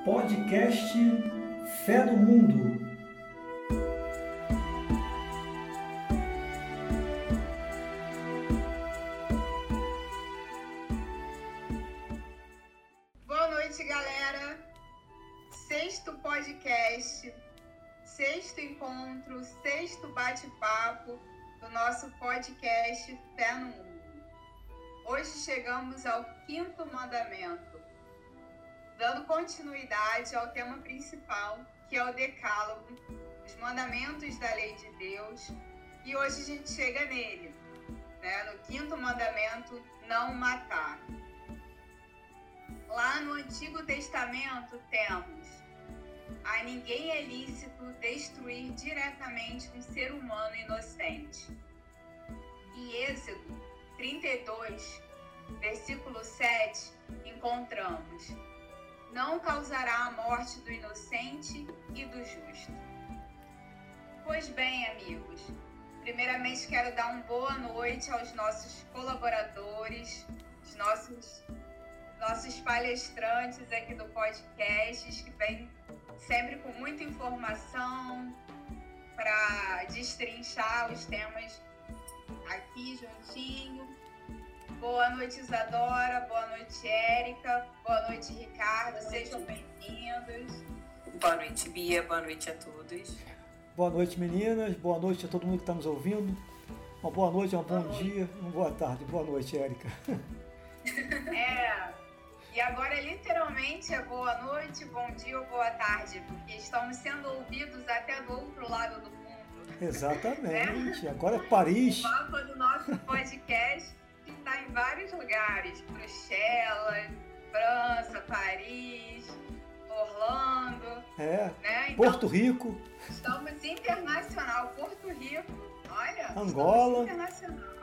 Podcast Fé do Mundo. Boa noite, galera. Sexto podcast, sexto encontro, sexto bate-papo do nosso podcast Fé no Mundo. Hoje chegamos ao quinto mandamento, dando continuidade ao tema principal, que é o Decálogo, os mandamentos da lei de Deus. E hoje a gente chega nele, no quinto mandamento, não matar. Lá no Antigo Testamento temos: a ninguém é lícito destruir diretamente um ser humano inocente. Em Êxodo 32, versículo 7, encontramos: não causará a morte do inocente e do justo. Pois bem, amigos, primeiramente quero dar uma boa noite aos nossos colaboradores, os nossos palestrantes aqui do podcast, que vêm sempre com muita informação para destrinchar os temas aqui juntinho. Boa noite, Isadora. Boa noite, Érica. Boa noite, Ricardo. Sejam bem-vindos. Boa noite, Bia. Boa noite a todos. Boa noite, meninas. Boa noite a todo mundo que está nos ouvindo. Uma boa noite, um bom dia, uma boa tarde. Boa noite, Érica. E agora literalmente é boa noite, bom dia ou boa tarde, porque estamos sendo ouvidos até do outro lado do mundo. Exatamente. Agora é Paris. O mapa do nosso podcast está em vários lugares: Bruxelas, França, Paris, Orlando. Então, Porto Rico. Estamos internacional. Porto Rico, olha. Angola. Internacional.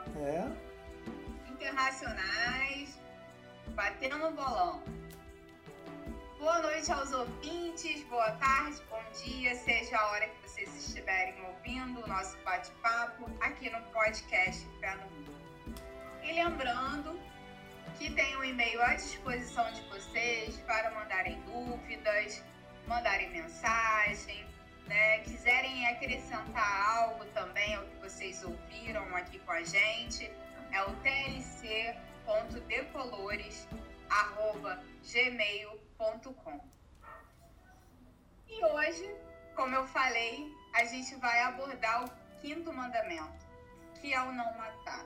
Internacionais, batendo no bolão. Boa noite aos ouvintes, boa tarde, bom dia, seja a hora que vocês estiverem ouvindo o nosso bate-papo aqui no podcast Fé no Mundo. E lembrando que tem um e-mail à disposição de vocês para mandarem dúvidas, mandarem mensagem, quiserem acrescentar algo também ao que vocês ouviram aqui com a gente, é o tlc.decolores@gmail.com. E hoje, como eu falei, a gente vai abordar o quinto mandamento, que é o não matar.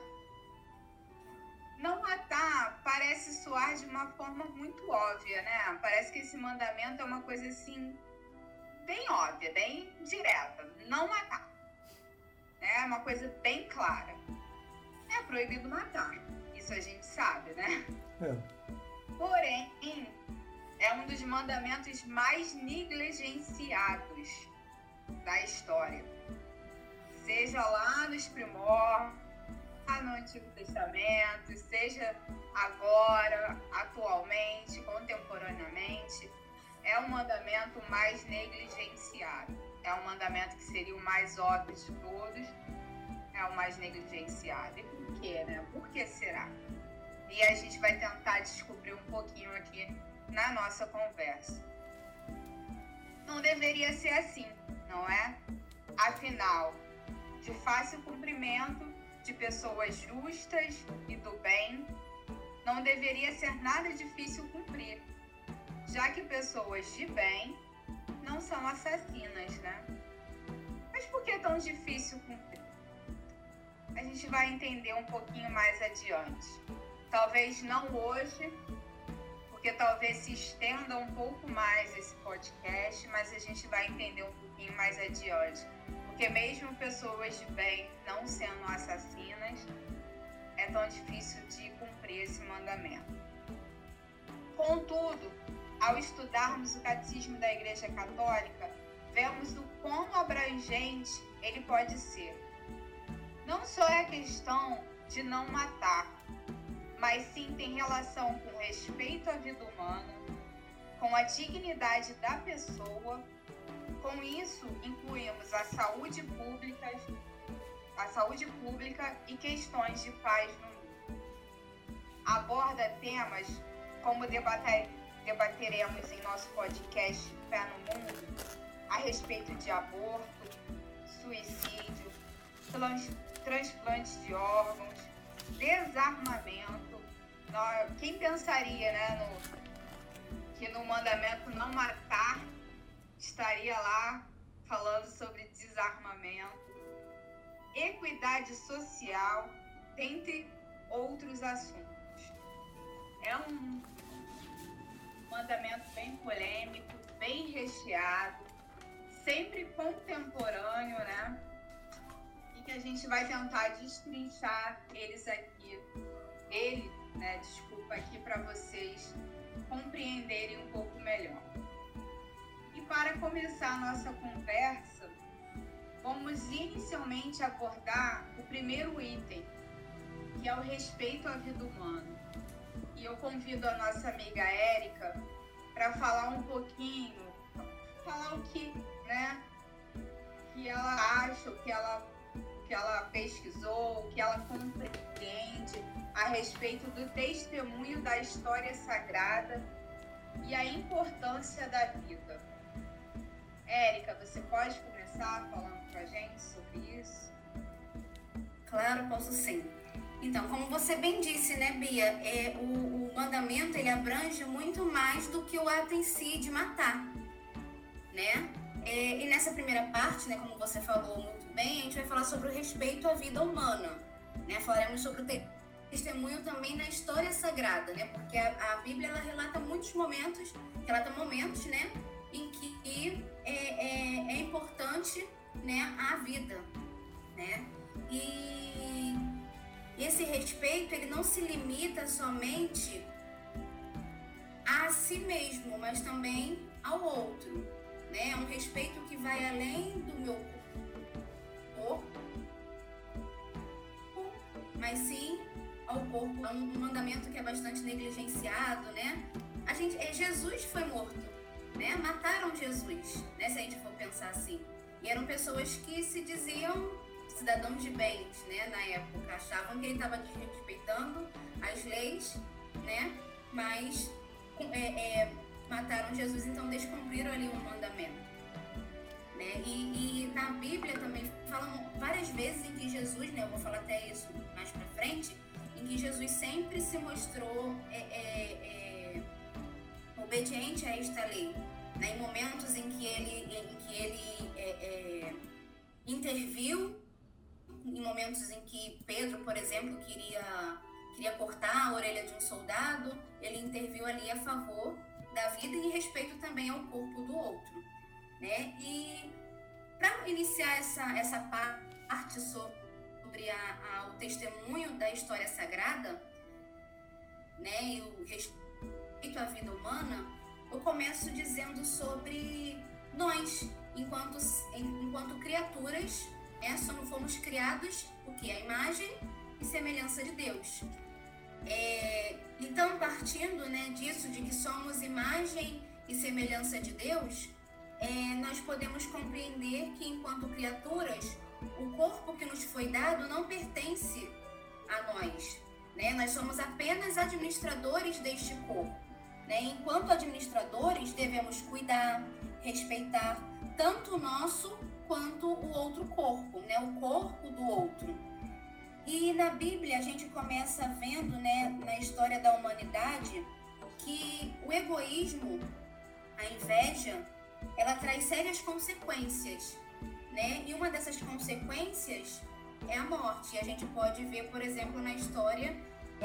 Não matar parece soar de uma forma muito óbvia, né? Parece que esse mandamento é uma coisa assim, bem óbvia, bem direta. Não matar. É uma coisa bem clara. É proibido matar. Isso a gente sabe, né? Porém, é um dos mandamentos mais negligenciados da história. Seja lá nos primórdios, lá no Antigo Testamento, seja agora, atualmente, contemporaneamente, é o mandamento mais negligenciado. É o mandamento que seria o mais óbvio de todos, é o mais negligenciado. E por quê, né? Por que será? E a gente vai tentar descobrir um pouquinho aqui na nossa conversa. Não deveria ser assim, não é? Afinal, de fácil cumprimento, de pessoas justas e do bem, não deveria ser nada difícil cumprir, já que pessoas de bem não são assassinas, né? Mas por que é tão difícil cumprir? A gente vai entender um pouquinho mais adiante. Talvez não hoje, porque talvez se estenda um pouco mais esse podcast, mas a gente vai entender um pouquinho mais adiante. Porque mesmo pessoas de bem não sendo assassinas, é tão difícil de cumprir esse mandamento. Contudo, ao estudarmos o Catecismo da Igreja Católica, vemos o quão abrangente ele pode ser. Não só é a questão de não matar, mas sim tem relação com o respeito à vida humana, com a dignidade da pessoa. Com isso, incluímos a saúde pública e questões de paz no mundo. Aborda temas como debateremos em nosso podcast Fé no Mundo a respeito de aborto, suicídio, transplante de órgãos, desarmamento. Quem pensaria, né, que no mandamento não matar estaria lá falando sobre desarmamento, equidade social, dentre outros assuntos. É um mandamento bem polêmico, bem recheado, sempre contemporâneo, né? E que a gente vai tentar destrinchar aqui para vocês compreenderem um pouco melhor. E para começar a nossa conversa, vamos inicialmente abordar o primeiro item, que é o respeito à vida humana. E eu convido a nossa amiga Érica para falar um pouquinho, falar o que ela acha, o que ela pesquisou, o que ela compreende a respeito do testemunho da história sagrada e a importância da vida. Érica, você pode começar falando com a gente sobre isso? Claro, posso sim. Então, como você bem disse, né, Bia, o mandamento, ele abrange muito mais do que o ato em si de matar, né? E nessa primeira parte, né, como você falou muito bem, a gente vai falar sobre o respeito à vida humana, né? Falaremos sobre o testemunho também na história sagrada, né? Porque a Bíblia, ela relata momentos, né, em que é importante, né, a vida, né? E esse respeito, ele não se limita somente a si mesmo, mas também ao outro, né? É um respeito que vai além do meu corpo, mas sim ao corpo. É um mandamento que é bastante negligenciado, né? Jesus foi morto, né? Mataram Jesus, né? Se a gente for pensar assim. E eram pessoas que se diziam cidadãos de bens, né? Na época, achavam que ele estava desrespeitando as leis, né? Mas mataram Jesus, então descumpriram ali um mandamento, né? E na Bíblia também falam várias vezes em que Jesus, né? Eu vou falar até isso mais pra frente, em que Jesus sempre se mostrou obediente a esta lei, né? Em momentos em que ele interviu, em momentos em que Pedro, por exemplo, queria cortar a orelha de um soldado, ele interviu ali a favor da vida e em respeito também ao corpo do outro, né? E para iniciar essa parte sobre o testemunho da história sagrada, né, e o respeito à vida humana, eu começo dizendo sobre nós, enquanto criaturas, né, fomos criados a imagem e semelhança de Deus. Então, partindo, né, disso, de que somos imagem e semelhança de Deus, nós podemos compreender que, enquanto criaturas, o corpo que nos foi dado não pertence a nós, né? Nós somos apenas administradores deste corpo, né? Enquanto administradores, devemos cuidar, respeitar tanto o nosso quanto o outro corpo, né? O corpo do outro. E na Bíblia a gente começa vendo, né, na história da humanidade, que o egoísmo, a inveja, ela traz sérias consequências, né? E uma dessas consequências é a morte. E a gente pode ver, por exemplo, na história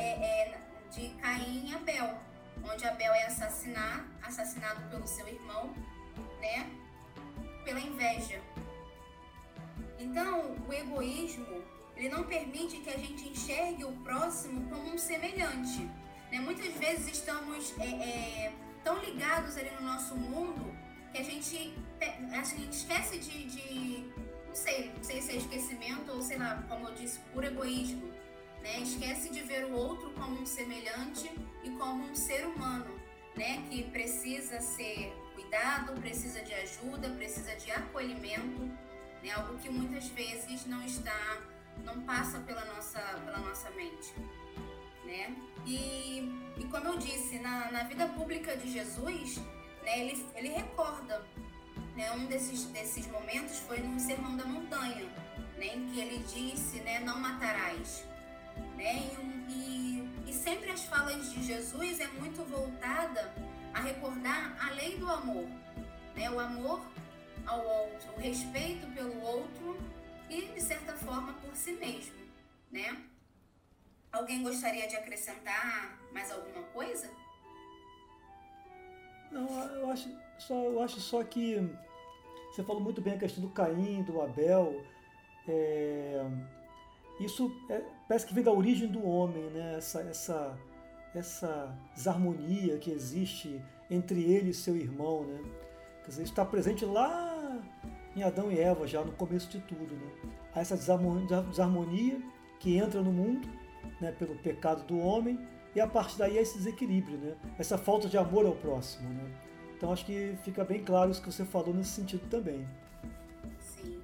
de Caim e Abel, onde Abel é assassinado pelo seu irmão, né, pela inveja. Então, o egoísmo, ele não permite que a gente enxergue o próximo como um semelhante, né? Muitas vezes estamos tão ligados ali no nosso mundo que a gente esquece não sei se é esquecimento ou sei lá, como eu disse, por egoísmo, né? Esquece de ver o outro como um semelhante e como um ser humano, né? Que precisa ser cuidado, precisa de ajuda, precisa de acolhimento, né? Algo que muitas vezes não passa pela nossa mente, né? E como eu disse, na vida pública de Jesus, né, ele recorda, né, um desses momentos foi no Sermão da Montanha, né, em que ele disse, né, não matarás, né? E sempre as falas de Jesus é muito voltada a recordar a lei do amor, né? O amor ao outro, o respeito pelo outro e, de certa forma, por si mesmo, né? Alguém gostaria de acrescentar mais alguma coisa? Não, eu acho só que você falou muito bem a questão do Caim, do Abel. Isso parece que vem da origem do homem, né? Essa desarmonia que existe entre ele e seu irmão, né? Quer dizer, isso está presente lá em Adão e Eva, já no começo de tudo, né? Há essa desarmonia que entra no mundo, né, pelo pecado do homem, e a partir daí é esse desequilíbrio, né? Essa falta de amor ao próximo, né? Então acho que fica bem claro isso que você falou nesse sentido também. Sim.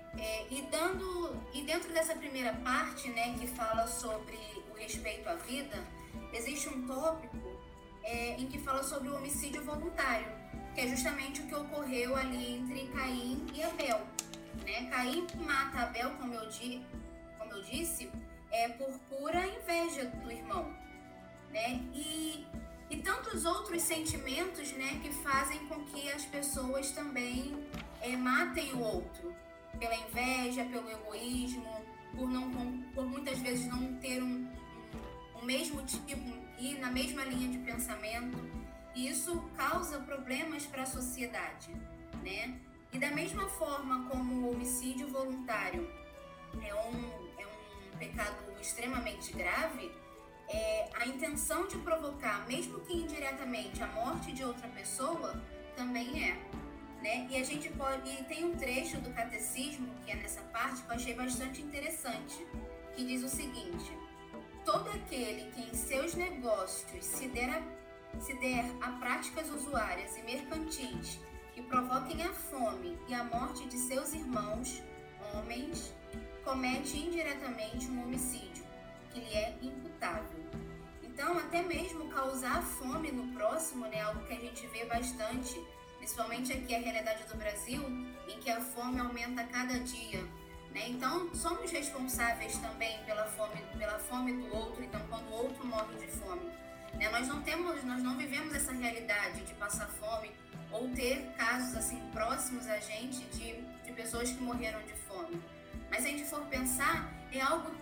E dentro dessa primeira parte, né, que fala sobre o respeito à vida, existe um tópico em que fala sobre o homicídio voluntário, que é justamente o que ocorreu ali entre Caim e Abel, né? Caim mata Abel, como eu disse, por pura inveja do irmão, né? E tantos outros sentimentos, né, que fazem com que as pessoas também matem o outro, pela inveja, pelo egoísmo, por muitas vezes não ter um mesmo tipo e na mesma linha de pensamento. E isso causa problemas para a sociedade, né? E da mesma forma como o homicídio voluntário é um pecado extremamente grave, a intenção de provocar, mesmo que indiretamente, a morte de outra pessoa também né? E a gente e tem um trecho do catecismo, que é nessa parte, que eu achei bastante interessante, que diz o seguinte: todo aquele que em seus negócios se der a práticas usuárias e mercantis que provoquem a fome e a morte de seus irmãos, homens, comete indiretamente um homicídio, que lhe é imputável. Então, até mesmo causar fome no próximo, né, algo que a gente vê bastante, principalmente aqui a realidade do Brasil, em que a fome aumenta a cada dia, né? Então, somos responsáveis também pela fome do outro. Então, quando o outro morre de fome, né, nós não vivemos essa realidade de passar fome ou ter casos assim próximos a gente de pessoas que morreram de fome. Mas se a gente for pensar, é algo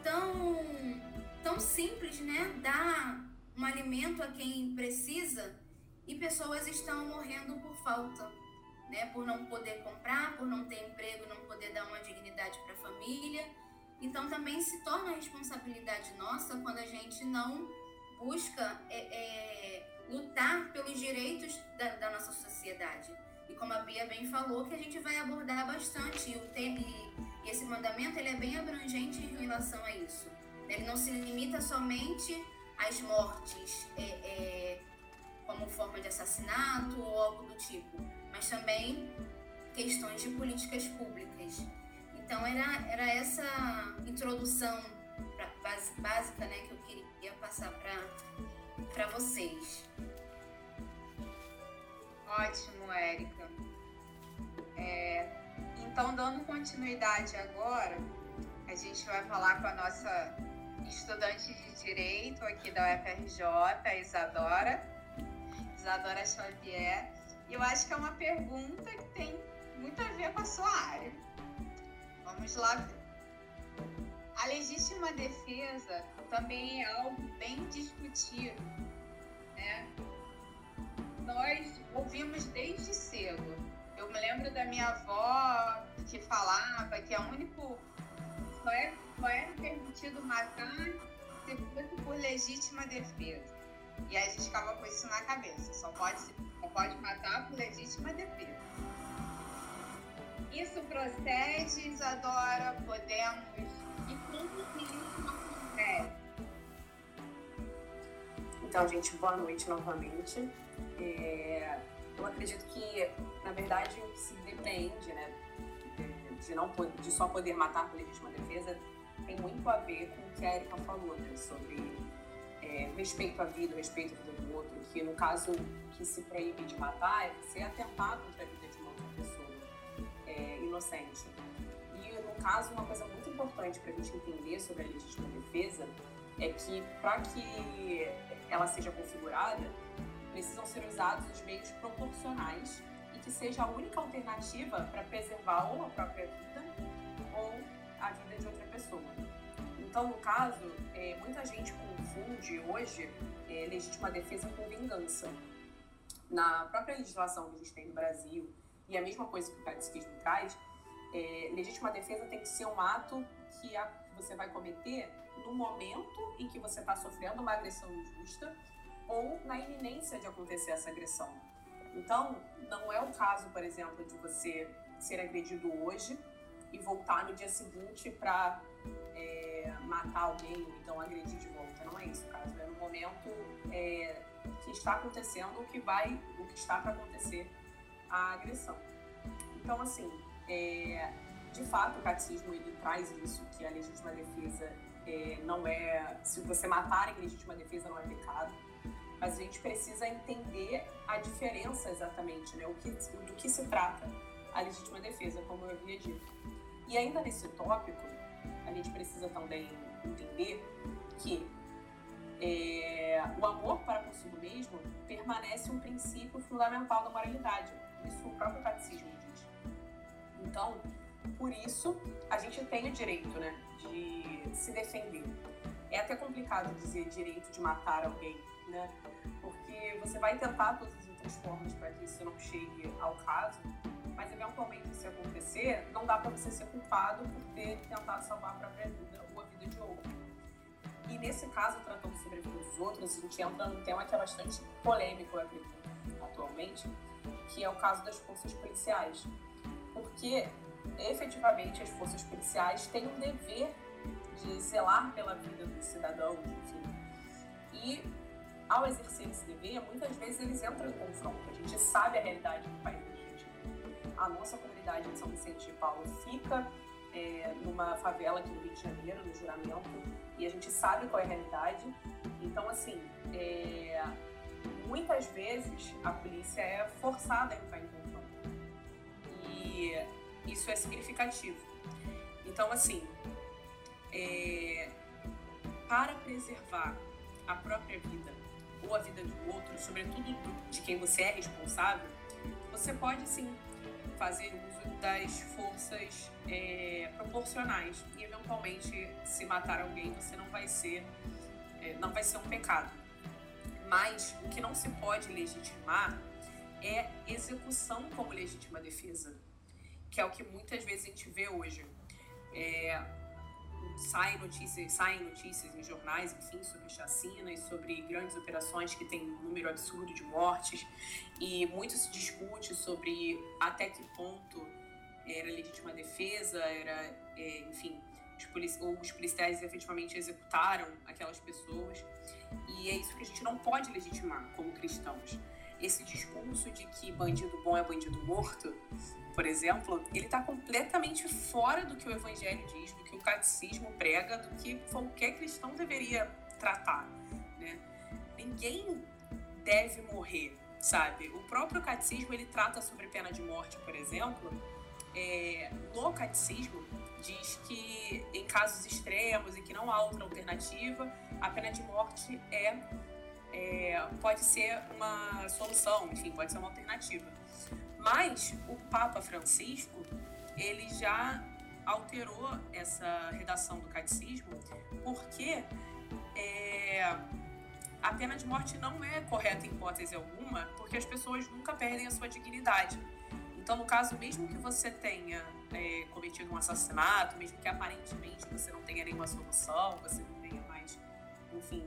tão simples, né? Dar um alimento a quem precisa, e pessoas estão morrendo por falta, né? Por não poder comprar, por não ter emprego, não poder dar uma dignidade para a família. Então também se torna responsabilidade nossa quando a gente não busca lutar pelos direitos da nossa sociedade. E como a Bia bem falou, que a gente vai abordar bastante, e esse mandamento ele é bem abrangente em relação a isso. Ele não se limita somente às mortes como forma de assassinato ou algo do tipo, mas também questões de políticas públicas. Então era essa introdução básica, né, que eu queria passar para vocês. Ótimo, Érica. Então, dando continuidade agora, a gente vai falar com a nossa estudante de Direito aqui da UFRJ, a Isadora Xavier. E eu acho que é uma pergunta que tem muito a ver com a sua área. Vamos lá ver. A legítima defesa também é algo bem discutido, né? Nós ouvimos desde cedo. Eu me lembro da minha avó que falava que só é permitido matar se fosse por legítima defesa. E aí a gente ficava com isso na cabeça. Só pode matar por legítima defesa. Isso procede, Isadora? Podemos? E como que isso não acontece? Então, gente, boa noite novamente. Eu acredito que, na verdade, o que se depende, né, de só poder matar por legítima defesa tem muito a ver com o que a Érica falou, né, sobre respeito à vida, respeito à vida do outro, que no caso que se proíbe de matar é você atentar contra a vida de uma outra pessoa inocente. E no caso, uma coisa muito importante para a gente entender sobre a legítima defesa é que para que ela seja configurada, precisam ser usados os meios proporcionais e que seja a única alternativa para preservar ou a própria vida ou a vida de outra pessoa. Então, no caso, muita gente confunde hoje legítima defesa com vingança. Na própria legislação que a gente tem no Brasil, e a mesma coisa que o catecismo traz, legítima defesa tem que ser um ato que você vai cometer no momento em que você está sofrendo uma agressão injusta ou na iminência de acontecer essa agressão. Então, não é o caso, por exemplo, de você ser agredido hoje e voltar no dia seguinte para matar alguém ou então agredir de volta. Não é isso o caso. É no momento que está acontecendo o que está para acontecer a agressão. Então, assim, de fato, o catecismo ele traz isso, que a legítima defesa não é... Se você matar em legítima defesa não é pecado, mas a gente precisa entender a diferença exatamente, né? Do que se trata a legítima defesa, como eu havia dito. E ainda nesse tópico, a gente precisa também entender que o amor para consigo mesmo permanece um princípio fundamental da moralidade. Isso o próprio catecismo diz. Então, por isso, a gente tem o direito, né, de se defender. É até complicado dizer direito de matar alguém, né? Porque você vai tentar todas as outras formas para que isso não chegue ao caso, mas eventualmente se acontecer, não dá para você ser culpado por ter tentado salvar a própria vida ou a vida de outro. E nesse caso, tratando sobre a vida dos outros, a gente entra num tema que é bastante polêmico, eu acredito, atualmente, que é o caso das forças policiais. Porque, efetivamente, as forças policiais têm um dever de zelar pela vida dos cidadãos, enfim. E, ao exercer esse dever, muitas vezes eles entram em confronto. A gente sabe a realidade do país. A nossa comunidade de São Vicente de Paulo fica numa favela aqui no Rio de Janeiro, no Juramento, e a gente sabe qual é a realidade. Então, assim, muitas vezes a polícia é forçada a entrar em confronto. E isso é significativo. Então, assim, para preservar a própria vida ou a vida do outro, sobretudo de quem você é responsável, você pode sim fazer uso das forças proporcionais e eventualmente se matar alguém você não vai ser um pecado. Mas o que não se pode legitimar é execução como legítima defesa, que é o que muitas vezes a gente vê hoje. Saem notícias em jornais, enfim, sobre chacinas, sobre grandes operações que têm um número absurdo de mortes, e muito se discute sobre até que ponto era legítima defesa, enfim, os policiais efetivamente executaram aquelas pessoas, e é isso que a gente não pode legitimar como cristãos. Esse discurso de que bandido bom é bandido morto, por exemplo, ele está completamente fora do que o Evangelho diz, do que o catecismo prega, do que qualquer cristão deveria tratar, né? Ninguém deve morrer, sabe? O próprio catecismo, ele trata sobre pena de morte, por exemplo. No catecismo, diz que em casos extremos e que não há outra alternativa, a pena de morte pode ser uma solução, enfim, pode ser uma alternativa. Mas o Papa Francisco, ele já alterou essa redação do catecismo porque a pena de morte não é correta em hipótese alguma, porque as pessoas nunca perdem a sua dignidade. Então, no caso, mesmo que você tenha cometido um assassinato, mesmo que aparentemente você não tenha nenhuma solução, você não tenha mais, enfim,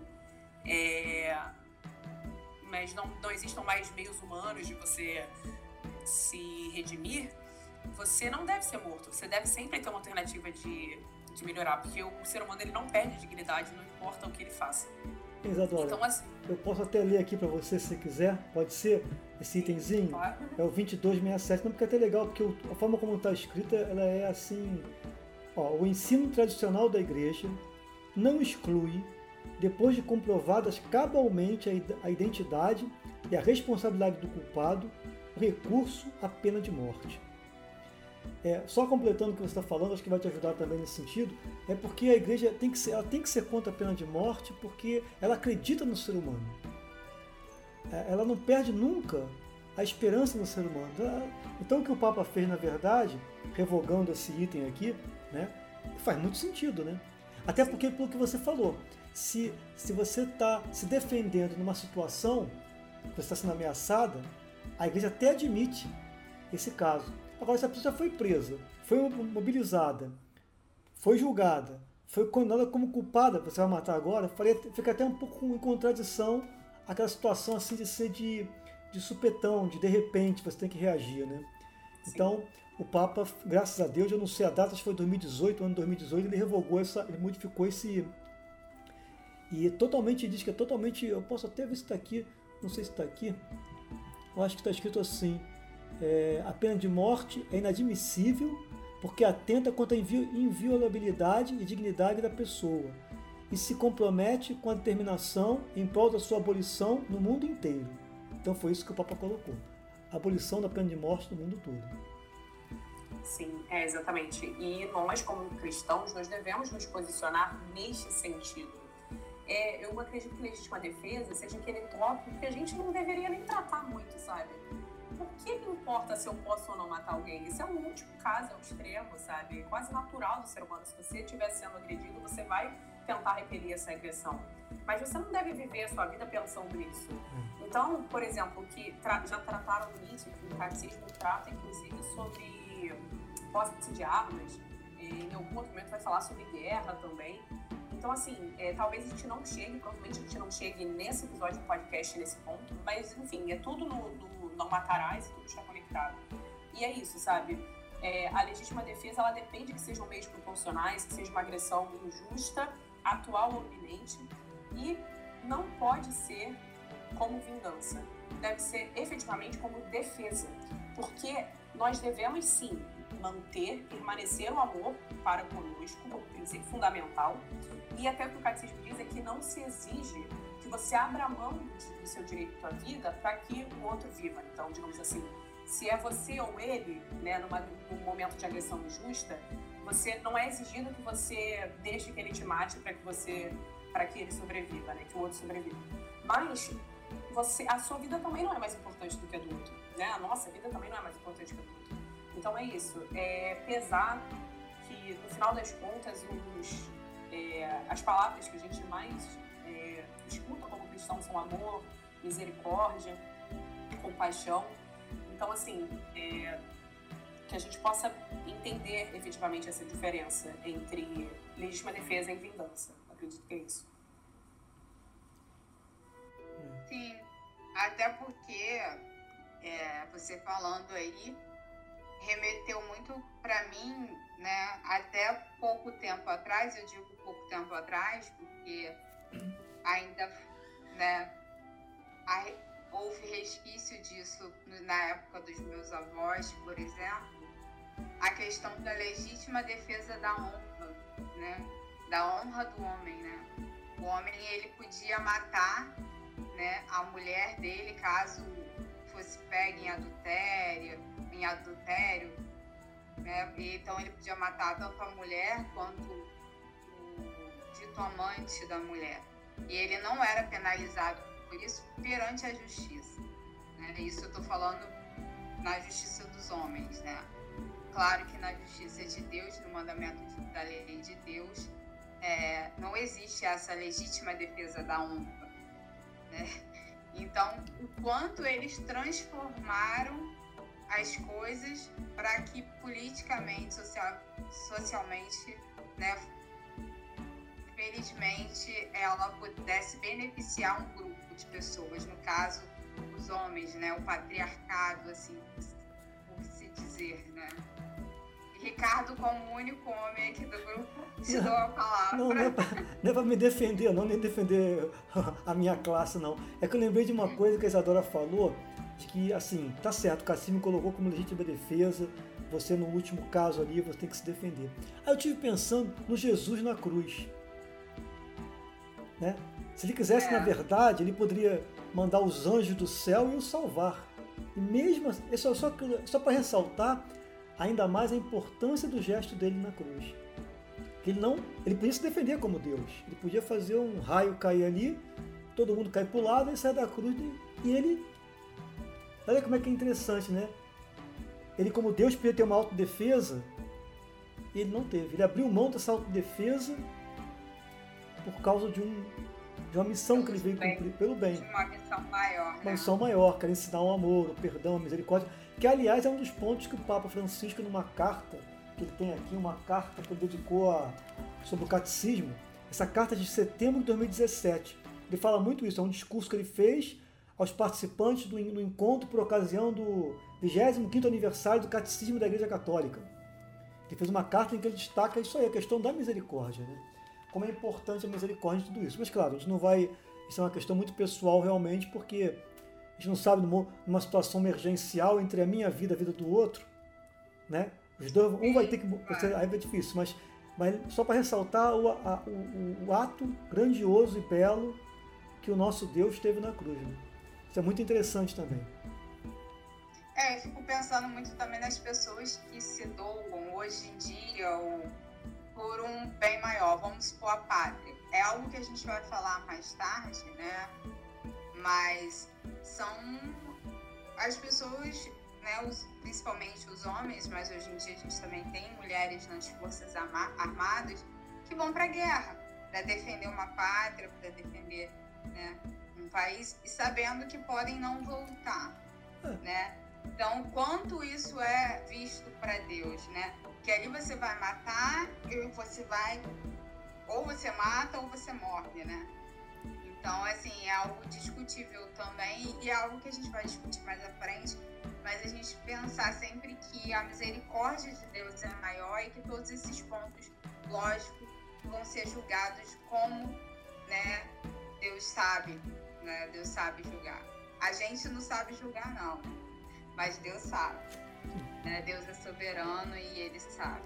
mas não existam mais meios humanos de você se redimir, você não deve ser morto. Você deve sempre ter uma alternativa de melhorar, porque o ser humano ele não perde dignidade, não importa o que ele faça. Isadora, então, assim, eu posso até ler aqui para você se quiser, pode ser? Esse itemzinho? Claro. É o 2267, não, porque é até legal, porque a forma como está escrita, ela é assim, o ensino tradicional da igreja não exclui depois de comprovadas cabalmente a identidade e a responsabilidade do culpado, o recurso à pena de morte. Só completando o que você está falando, acho que vai te ajudar também nesse sentido, é porque a igreja tem que ser contra a pena de morte porque ela acredita no ser humano. Ela não perde nunca a esperança no ser humano. Então o que o Papa fez, na verdade, revogando esse item aqui, né, faz muito sentido, né? Até porque, pelo que você falou, se você está se defendendo numa situação que você está sendo ameaçada, a igreja até admite esse caso. Agora, se a pessoa já foi presa, foi mobilizada, foi julgada, foi condenada como culpada, você vai matar agora, fica até um pouco em contradição aquela situação assim de ser de supetão, de repente, você tem que reagir, né? Sim. Então, o Papa, graças a Deus, eu não sei a data, acho que foi 2018, ano 2018, ele revogou ele modificou esse... E totalmente, diz que é totalmente... Eu posso até ver se está aqui, não sei se está aqui, eu acho que está escrito assim, a pena de morte é inadmissível porque atenta contra a inviolabilidade e dignidade da pessoa e se compromete com a determinação em prol da sua abolição no mundo inteiro. Então foi isso que o Papa colocou. A abolição da pena de morte no mundo todo. Sim, exatamente. E nós, como cristãos, nós devemos nos posicionar neste sentido. Eu acredito que legítima defesa seja aquele tópico que a gente não deveria nem tratar muito, sabe? Por que me importa se eu posso ou não matar alguém? Isso é um último caso, é um extremo, sabe? É quase natural do ser humano. Se você estiver sendo agredido, você vai tentar repelir essa agressão. Mas você não deve viver a sua vida pensando nisso. Então, por exemplo, que já trataram nisso, que o catecismo trata, inclusive, sobre posse de armas. Em algum outro momento vai falar sobre guerra também. Então, assim, talvez a gente não chegue, provavelmente a gente não chegue nesse episódio do podcast, nesse ponto, mas, enfim, é tudo no Não Matarás e tudo está conectado. E é isso, sabe? A legítima defesa, ela depende que sejam meios proporcionais, que seja uma agressão injusta, atual ou iminente, e não pode ser como vingança. Deve ser efetivamente como defesa, porque nós devemos, sim, permanecer o amor para conosco, como princípio fundamental, e até o que o catecismo diz é que não se exige que você abra mão do seu direito à vida para que o outro viva. Então, digamos assim, se é você ou ele, né, num momento de agressão injusta, você não é exigido que você deixe que ele te mate para que ele sobreviva, né, que o outro sobreviva. Mas a sua vida também não é mais importante do que a do outro, né? A nossa vida também não é mais importante que a do outro. Então é isso, pesar que no final das contas as palavras que a gente mais escuta como cristão são amor, misericórdia, compaixão. Então, assim, que a gente possa entender efetivamente essa diferença entre legítima defesa e vingança. Acredito que é isso. Sim, até porque você falando aí remeteu muito para mim, né, até pouco tempo atrás, eu digo pouco tempo atrás, porque ainda, né, houve resquício disso na época dos meus avós, por exemplo, a questão da legítima defesa da honra, né, da honra do homem, né. O homem, ele podia matar, né, a mulher dele caso fosse pega em adultério, né? Então ele podia matar tanto a mulher quanto o dito amante da mulher. E ele não era penalizado por isso perante a justiça, né? Isso eu estou falando na justiça dos homens, né? Claro que na justiça de Deus, no mandamento da lei de Deus, não existe essa legítima defesa da honra, né? Então, o quanto eles transformaram as coisas para que politicamente, socialmente, né, felizmente, ela pudesse beneficiar um grupo de pessoas, no caso, os homens, né, o patriarcado, assim, por se dizer, né. Ricardo, como único homem aqui do grupo, te dou a palavra. Não é para me defender, não, nem defender a minha classe, não. É que eu lembrei de uma coisa que a Isadora falou, de que, assim, tá certo, o Cassim me colocou como legítima defesa, você no último caso ali, você tem que se defender. Aí eu estive pensando no Jesus na cruz. né? Se ele quisesse, na verdade, ele poderia mandar os anjos do céu e o salvar. E mesmo assim, só para ressaltar ainda mais a importância do gesto dele na cruz. Que ele podia se defender como Deus. Ele podia fazer um raio cair ali, todo mundo cai para o lado e sai da cruz. E ele... Olha como é que é interessante, né? Ele, como Deus, podia ter uma autodefesa, e ele não teve. Ele abriu mão dessa autodefesa por causa de uma missão que ele veio cumprir pelo bem. Uma missão maior, né? Uma missão maior, que era ensinar o amor, o perdão, a misericórdia, que, aliás, é um dos pontos que o Papa Francisco, numa carta, que ele tem aqui, uma carta que ele dedicou sobre o catecismo, essa carta é de setembro de 2017. Ele fala muito isso, é um discurso que ele fez aos participantes do encontro por ocasião do 25º aniversário do Catecismo da Igreja Católica. Ele fez uma carta em que ele destaca isso aí, a questão da misericórdia, né? Como é importante a misericórdia em tudo isso. Mas, claro, a gente não vai... Isso é uma questão muito pessoal, realmente, porque a gente não sabe, numa situação emergencial entre a minha vida e a vida do outro, né? Os dois, um vai ter que... Aí é difícil, mas só para ressaltar o ato grandioso e belo que o nosso Deus teve na cruz, né? Isso é muito interessante também. Eu fico pensando muito também nas pessoas que se doam hoje em dia por um bem maior, vamos supor a pátria. É algo que a gente vai falar mais tarde, né? Mas são as pessoas, né, principalmente os homens, mas hoje em dia a gente também tem mulheres nas forças armadas que vão para a guerra para defender uma pátria, para defender, né, um país, e sabendo que podem não voltar, né? Então, quanto isso é visto para Deus, né? Que ali você vai matar, ou você mata ou você morre, né? Então, assim, é algo discutível também, e é algo que a gente vai discutir mais à frente, mas a gente pensar sempre que a misericórdia de Deus é maior e que todos esses pontos, lógico, vão ser julgados como, né, Deus sabe, né? Deus sabe julgar. A gente não sabe julgar, não, mas Deus sabe, né? Deus é soberano e Ele sabe.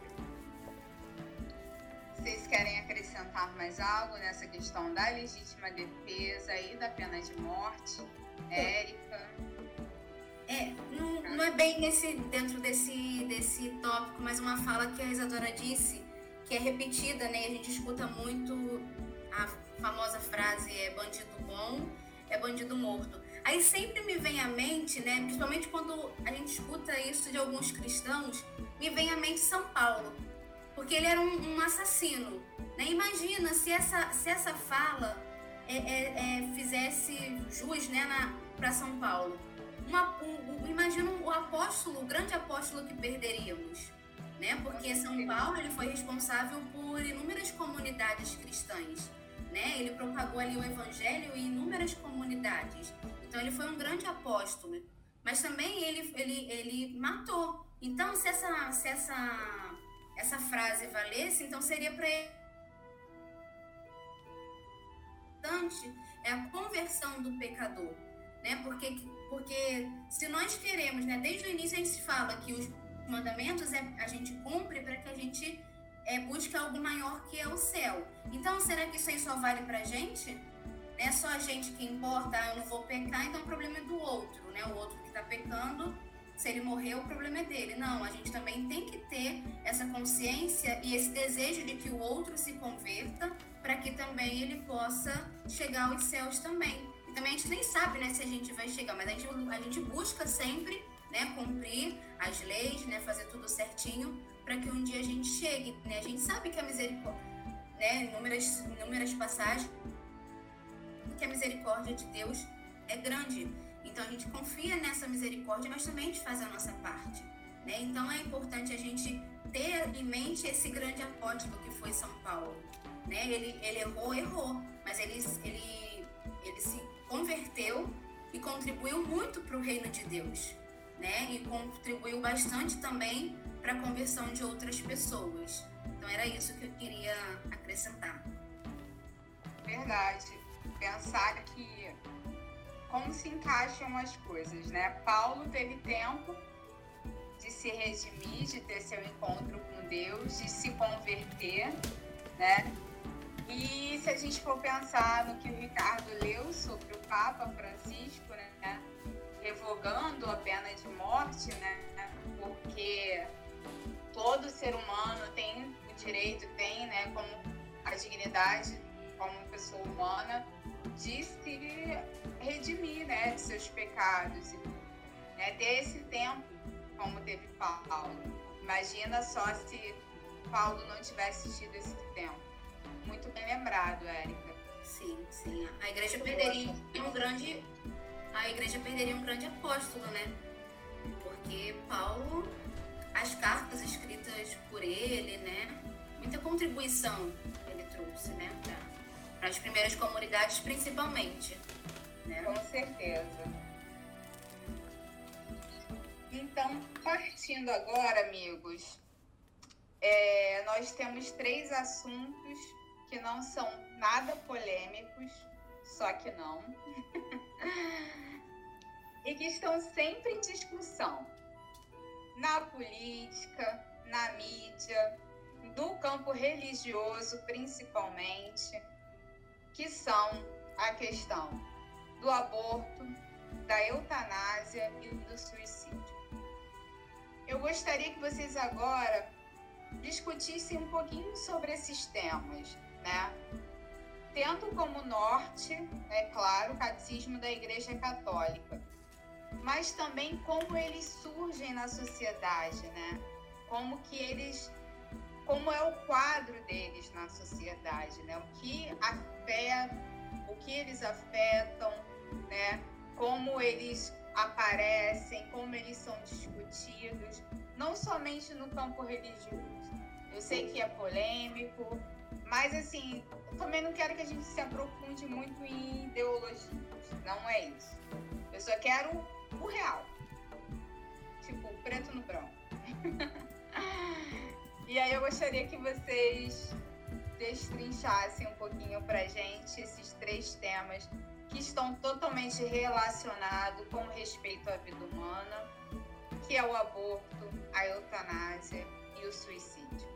Vocês querem acrescentar mais algo nessa questão da legítima defesa e da pena de morte? Érica? Não é bem dentro desse tópico, mas uma fala que a Isadora disse, que é repetida, né? A gente escuta muito a famosa frase, bandido bom, é bandido morto. Aí sempre me vem à mente, né, principalmente quando a gente escuta isso de alguns cristãos, me vem à mente São Paulo, porque ele era um assassino, né? Imagina se essa fala fizesse jus, né, para São Paulo. Imagina o grande apóstolo que perderíamos, né? Porque São Paulo ele foi responsável por inúmeras comunidades cristãs, né? Ele propagou ali o evangelho em inúmeras comunidades. Então ele foi um grande apóstolo, mas também ele matou. Então se essa frase valesse, então seria para ele a conversão do pecador, né? Porque se nós queremos, né, desde o início a gente fala que os mandamentos a gente cumpre para que a gente busque algo maior que é o céu. Então será que isso aí só vale pra gente? É só a gente que importa, eu não vou pecar, então o problema é do outro, né? O outro que está pecando, se ele morrer, o problema é dele. Não, a gente também tem que ter essa consciência e esse desejo de que o outro se converta para que também ele possa chegar aos céus também. E também a gente nem sabe, né, se a gente vai chegar, mas a gente busca sempre, né, cumprir as leis, né, fazer tudo certinho para que um dia a gente chegue, né? A gente sabe que a misericórdia, né, inúmeras passagens, que a misericórdia de Deus é grande. Então a gente confia nessa misericórdia, mas também a gente faz a nossa parte, né? Então é importante a gente ter em mente esse grande apóstolo que foi São Paulo, né? Ele errou, mas ele se converteu e contribuiu muito para o reino de Deus, né? E contribuiu bastante também para a conversão de outras pessoas. Então era isso que eu queria acrescentar. Verdade. Pensar que como se encaixam as coisas, né? Paulo teve tempo de se redimir, de ter seu encontro com Deus, de se converter, né? E se a gente for pensar no que o Ricardo leu sobre o Papa Francisco, né, revogando a pena de morte, né, porque todo ser humano tem o direito, tem, né, como a dignidade como pessoa humana de se redimir, né, de seus pecados, né, ter esse tempo como teve Paulo. Imagina só se Paulo não tivesse tido esse tempo. Muito bem lembrado, Érica. Sim. A igreja perderia um grande apóstolo, né? Porque Paulo, as cartas escritas por ele, né? Muita contribuição ele trouxe, né? Para as primeiras comunidades, principalmente. Né? Com certeza. Então, partindo agora, amigos, nós temos 3 assuntos que não são nada polêmicos, só que não, e que estão sempre em discussão, na política, na mídia, no campo religioso principalmente, que são a questão do aborto, da eutanásia e do suicídio. Eu gostaria que vocês agora discutissem um pouquinho sobre esses temas, né? Tendo como norte, é claro, o catecismo da Igreja Católica, mas também como eles surgem na sociedade, né? Como é o quadro deles na sociedade, né? O que eles afetam, né? Como eles aparecem, como eles são discutidos, não somente no campo religioso. Eu sei que é polêmico, mas assim, eu também não quero que a gente se aprofunde muito em ideologias, não é isso. Eu só quero o real, tipo, preto no branco. E aí eu gostaria que vocês destrinchassem um pouquinho pra gente esses 3 temas que estão totalmente relacionados com respeito à vida humana, que é o aborto, a eutanásia e o suicídio.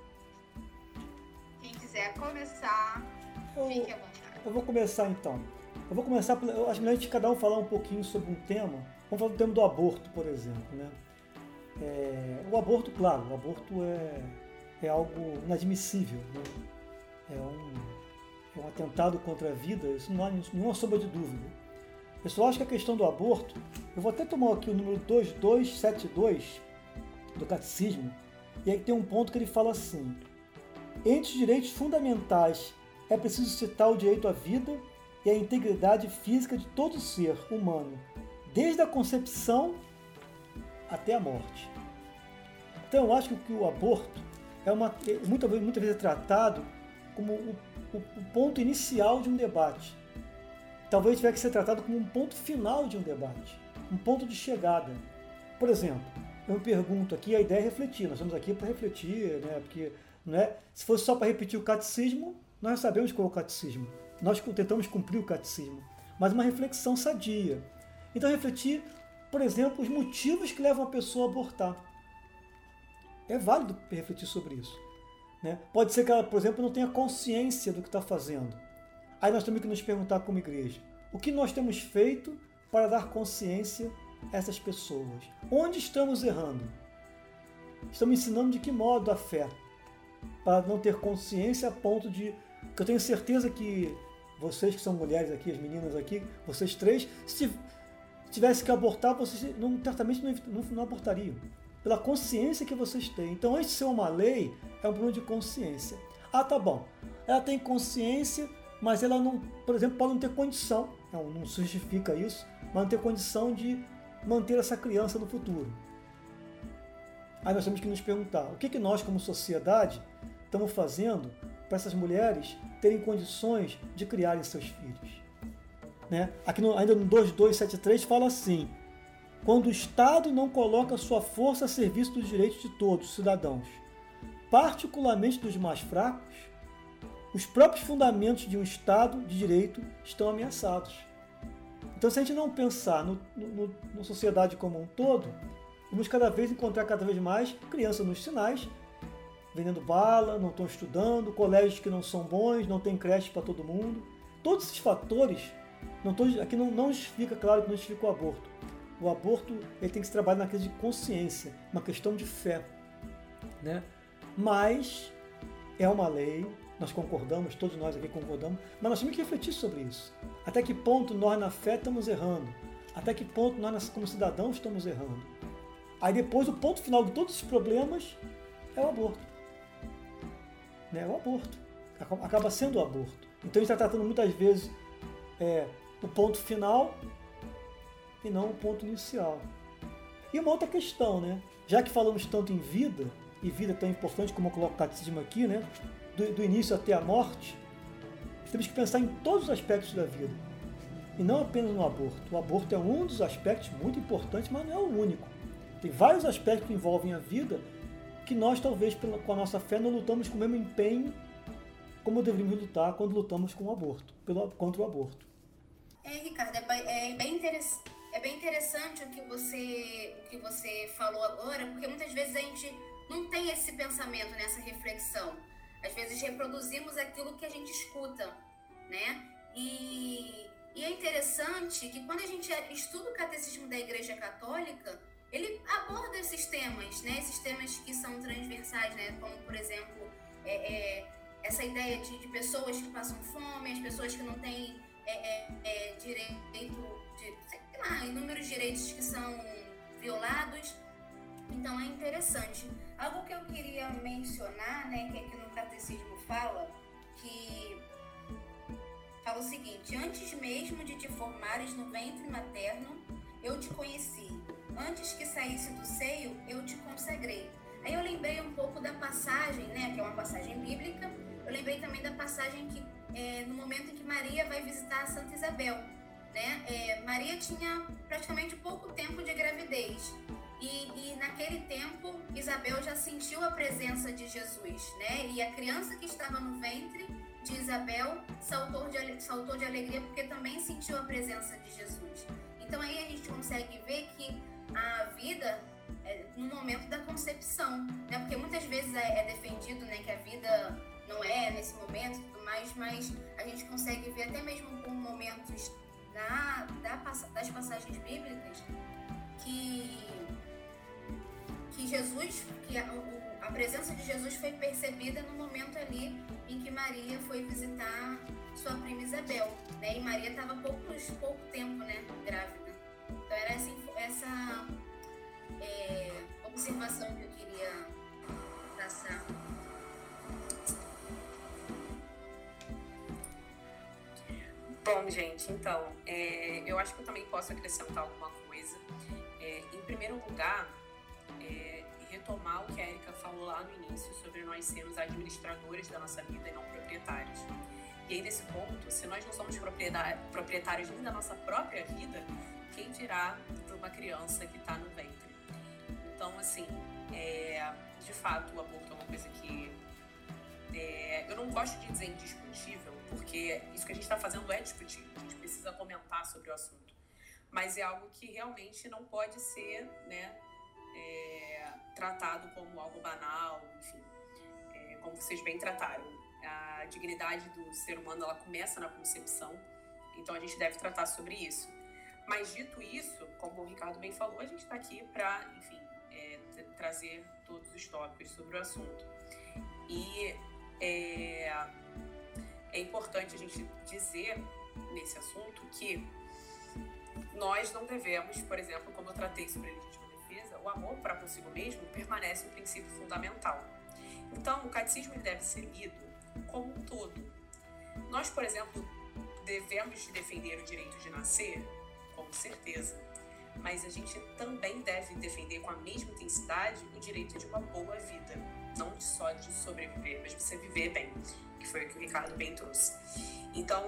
Quem quiser começar, fique à vontade. Eu vou começar então. Eu acho melhor a gente cada um falar um pouquinho sobre um tema. Vamos falar do tema do aborto, por exemplo, né? O aborto, claro, o aborto é algo inadmissível, né? É um atentado contra a vida, isso não há nenhuma sombra de dúvida. Eu só acho que a questão do aborto, eu vou até tomar aqui o número 2272 do Catecismo, e aí tem um ponto que ele fala assim: entre os direitos fundamentais é preciso citar o direito à vida e à integridade física de todo ser humano, desde a concepção até a morte. Então eu acho que o aborto muitas vezes é tratado como o ponto inicial de um debate. Talvez tivesse que ser tratado como um ponto final de um debate, um ponto de chegada. Por exemplo, eu me pergunto aqui, a ideia é refletir, nós estamos aqui para refletir, né? Porque se fosse só para repetir o catecismo, nós sabemos qual é o catecismo, nós tentamos cumprir o catecismo, mas uma reflexão sadia. Então refletir, por exemplo, os motivos que levam a pessoa a abortar. É válido refletir sobre isso. Né? Pode ser que ela, por exemplo, não tenha consciência do que está fazendo. Aí nós temos que nos perguntar como igreja, o que nós temos feito para dar consciência a essas pessoas? Onde estamos errando? Estamos ensinando de que modo a fé? Para não ter consciência a ponto de... que eu tenho certeza que vocês que são mulheres aqui, as meninas aqui, vocês 3, se tivesse que abortar, vocês certamente não abortariam. Pela consciência que vocês têm. Então, antes de ser uma lei, é um problema de consciência. Ah, tá bom. Ela tem consciência, mas ela não, por exemplo, pode não ter condição, não justifica isso, mas não ter condição de manter essa criança no futuro. Aí nós temos que nos perguntar, o que nós, como sociedade, estamos fazendo para essas mulheres terem condições de criarem seus filhos? Né? Aqui ainda no 2273 fala assim: quando o Estado não coloca sua força a serviço dos direitos de todos os cidadãos, particularmente dos mais fracos, os próprios fundamentos de um Estado de direito estão ameaçados. Então, se a gente não pensar na sociedade como um todo, vamos encontrar cada vez mais crianças nos sinais vendendo bala, não estão estudando, colégios que não são bons, não tem creche para todo mundo. Todos esses fatores, aqui não justifica, claro que não justifica o aborto. O aborto ele tem que se trabalhar na questão de consciência, uma questão de fé, né? Mas é uma lei, nós concordamos, todos nós aqui concordamos, mas nós temos que refletir sobre isso. Até que ponto nós na fé estamos errando? Até que ponto nós como cidadãos estamos errando? Aí depois o ponto final de todos esses problemas é o aborto. Né? O aborto. Acaba sendo o aborto. Então a gente está tratando muitas vezes o ponto final e não o ponto inicial. E uma outra questão, né? Já que falamos tanto em vida, e vida é tão importante como eu coloco o catecismo aqui, né? Do início até a morte, temos que pensar em todos os aspectos da vida. E não apenas no aborto. O aborto é um dos aspectos muito importantes, mas não é o único. Tem vários aspectos que envolvem a vida que nós, talvez, com a nossa fé, não lutamos com o mesmo empenho como deveríamos lutar quando lutamos com o aborto, contra o aborto. Ricardo, é bem interessante o que você falou agora, porque muitas vezes a gente não tem esse pensamento, essa reflexão. Às vezes reproduzimos aquilo que a gente escuta, né? E é interessante que quando a gente estuda o catecismo da Igreja Católica, ele aborda esses temas, né? Esses temas que são transversais, né? Como, por exemplo, essa ideia de pessoas que passam fome, as pessoas que não têm direito, inúmeros direitos que são violados. Então é interessante. Algo que eu queria mencionar, né, que aqui no catecismo fala o seguinte: antes mesmo de te formares no ventre materno, eu te conheci. Antes que saísse do seio, eu te consagrei. Aí eu lembrei um pouco da passagem, né, que é uma passagem bíblica. Eu lembrei também da passagem que no momento em que Maria vai visitar a Santa Isabel, né? Maria tinha praticamente pouco tempo de gravidez. E naquele tempo, Isabel já sentiu a presença de Jesus, né? E a criança que estava no ventre de Isabel saltou de alegria porque também sentiu a presença de Jesus. Então aí a gente consegue ver que a vida é no momento da concepção, né? Porque muitas vezes é defendido, né, que a vida não é nesse momento e tudo mais, mas a gente consegue ver até mesmo com momentos das passagens bíblicas que Jesus, que a presença de Jesus foi percebida no momento ali em que Maria foi visitar sua prima Isabel, né? E Maria estava pouco tempo, né, grávida. Então era essa observação que eu queria traçar. Bom, gente, então, eu acho que eu também posso acrescentar alguma coisa. Em primeiro lugar, retomar o que a Erika falou lá no início sobre nós sermos administradores da nossa vida e não proprietários. E aí, nesse ponto, se nós não somos proprietários nem da nossa própria vida, quem dirá de uma criança que está no ventre? Então, assim, de fato, o aborto é uma coisa que eu não gosto de dizer indiscutível, porque isso que a gente está fazendo é discutível, a gente precisa comentar sobre o assunto. Mas é algo que realmente não pode ser, né, tratado como algo banal, enfim, como vocês bem trataram. A dignidade do ser humano, ela começa na concepção, então a gente deve tratar sobre isso. Mas dito isso, como o Ricardo bem falou, a gente está aqui para, enfim, trazer todos os tópicos sobre o assunto. E é importante a gente dizer nesse assunto que nós não devemos, por exemplo, como eu tratei sobre a legítima defesa, o amor para consigo mesmo permanece um princípio fundamental. Então, o catecismo deve ser lido como um todo. Nós, por exemplo, devemos defender o direito de nascer, com certeza, mas a gente também deve defender com a mesma intensidade o direito de uma boa vida, não só de sobreviver, mas de você viver bem, que foi o que o Ricardo bem trouxe. Então,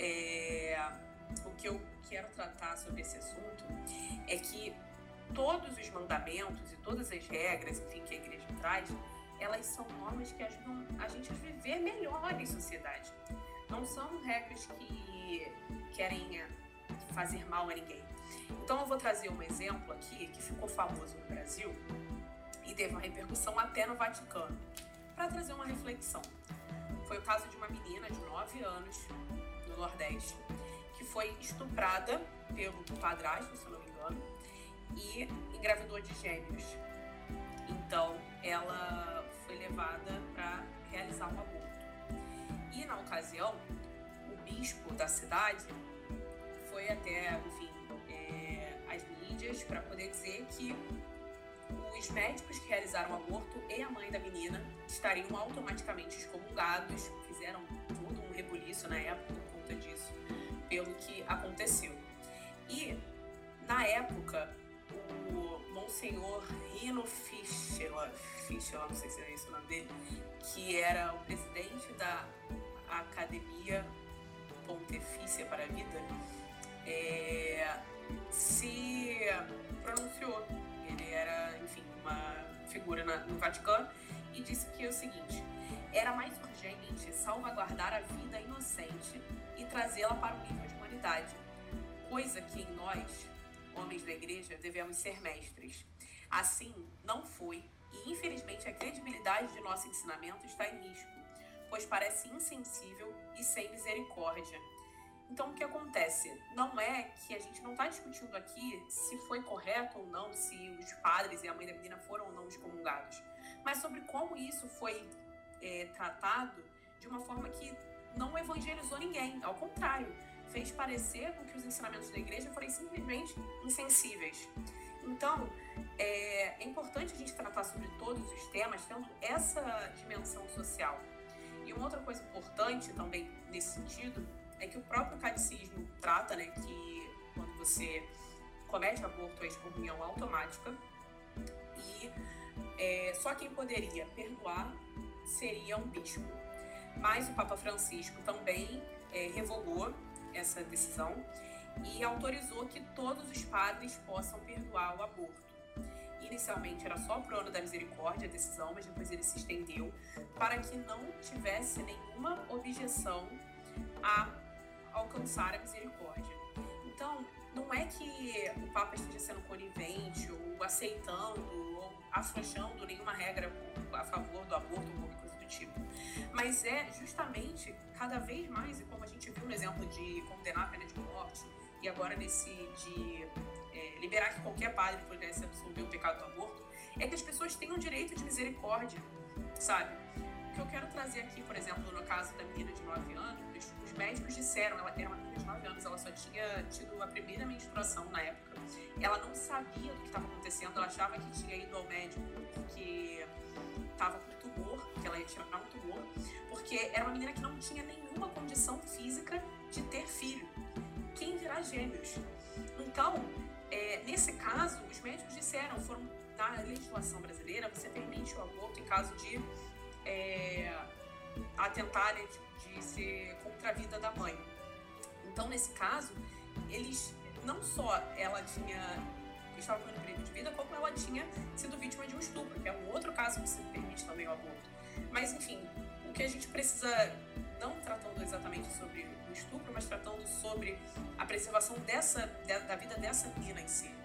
o que eu quero tratar sobre esse assunto é que todos os mandamentos e todas as regras, enfim, que a igreja traz, elas são normas que ajudam a gente a viver melhor em sociedade. Não são regras que querem fazer mal a ninguém. Então eu vou trazer um exemplo aqui que ficou famoso no Brasil e teve uma repercussão até no Vaticano, para trazer uma reflexão. Foi o caso de uma menina de 9 anos, no Nordeste, que foi estuprada pelo padrasto, se eu não me engano, e engravidou de gêmeos. Então, ela foi levada para realizar um aborto. E, na ocasião, o bispo da cidade foi até, enfim, as mídias para poder dizer que os médicos que realizaram o aborto e a mãe da menina estariam automaticamente excomungados. Fizeram todo um rebuliço na época por conta disso, pelo que aconteceu. E, na época, o Monsenhor Rino Fischer, não sei se é esse o nome dele, que era o presidente da Academia Pontifícia para a Vida, se pronunciou. Ele era, enfim, uma figura no Vaticano e disse que é o seguinte: era mais urgente salvaguardar a vida inocente e trazê-la para um nível de humanidade, coisa que em nós, homens da igreja, devemos ser mestres. Assim, não foi, e infelizmente a credibilidade de nosso ensinamento está em risco, pois parece insensível e sem misericórdia. Então, o que acontece? Não é que a gente não está discutindo aqui se foi correto ou não, se os padres e a mãe da menina foram ou não excomungados, mas sobre como isso foi tratado de uma forma que não evangelizou ninguém. Ao contrário, fez parecer com que os ensinamentos da igreja foram simplesmente insensíveis. Então, é importante a gente tratar sobre todos os temas tendo essa dimensão social. E uma outra coisa importante também nesse sentido é que o próprio catecismo trata, né, que quando você comete aborto é excomunhão automática e só quem poderia perdoar seria um bispo. Mas o Papa Francisco também revogou essa decisão e autorizou que todos os padres possam perdoar o aborto. Inicialmente era só pro ano da misericórdia a decisão, mas depois ele se estendeu para que não tivesse nenhuma objeção a alcançar a misericórdia. Então, não é que o Papa esteja sendo conivente ou aceitando ou afrouxando nenhuma regra a favor do aborto ou qualquer coisa do tipo, mas é justamente cada vez mais, e como a gente viu no exemplo de condenar a pena de morte e agora nesse de liberar que qualquer padre pudesse absolver o pecado do aborto, é que as pessoas tenham direito de misericórdia, sabe? O que eu quero trazer aqui, por exemplo, no caso da menina de 9 anos, os médicos disseram, ela era uma menina de 9 anos, ela só tinha tido a primeira menstruação na época. Ela não sabia do que estava acontecendo, ela achava que tinha ido ao médico porque estava com tumor, que ela ia tirar um tumor, porque era uma menina que não tinha nenhuma condição física de ter filho. Quem dirá gêmeos? Então, nesse caso, os médicos disseram, na legislação brasileira, você permite o aborto em caso de atentar, né, de ser contra a vida da mãe. Então, nesse caso, eles, não só ela estava correndo perigo de vida, como ela tinha sido vítima de um estupro, que é um outro caso que se permite também o aborto. Mas, enfim, o que a gente precisa, não tratando exatamente sobre o estupro, mas tratando sobre a preservação da vida dessa menina em si.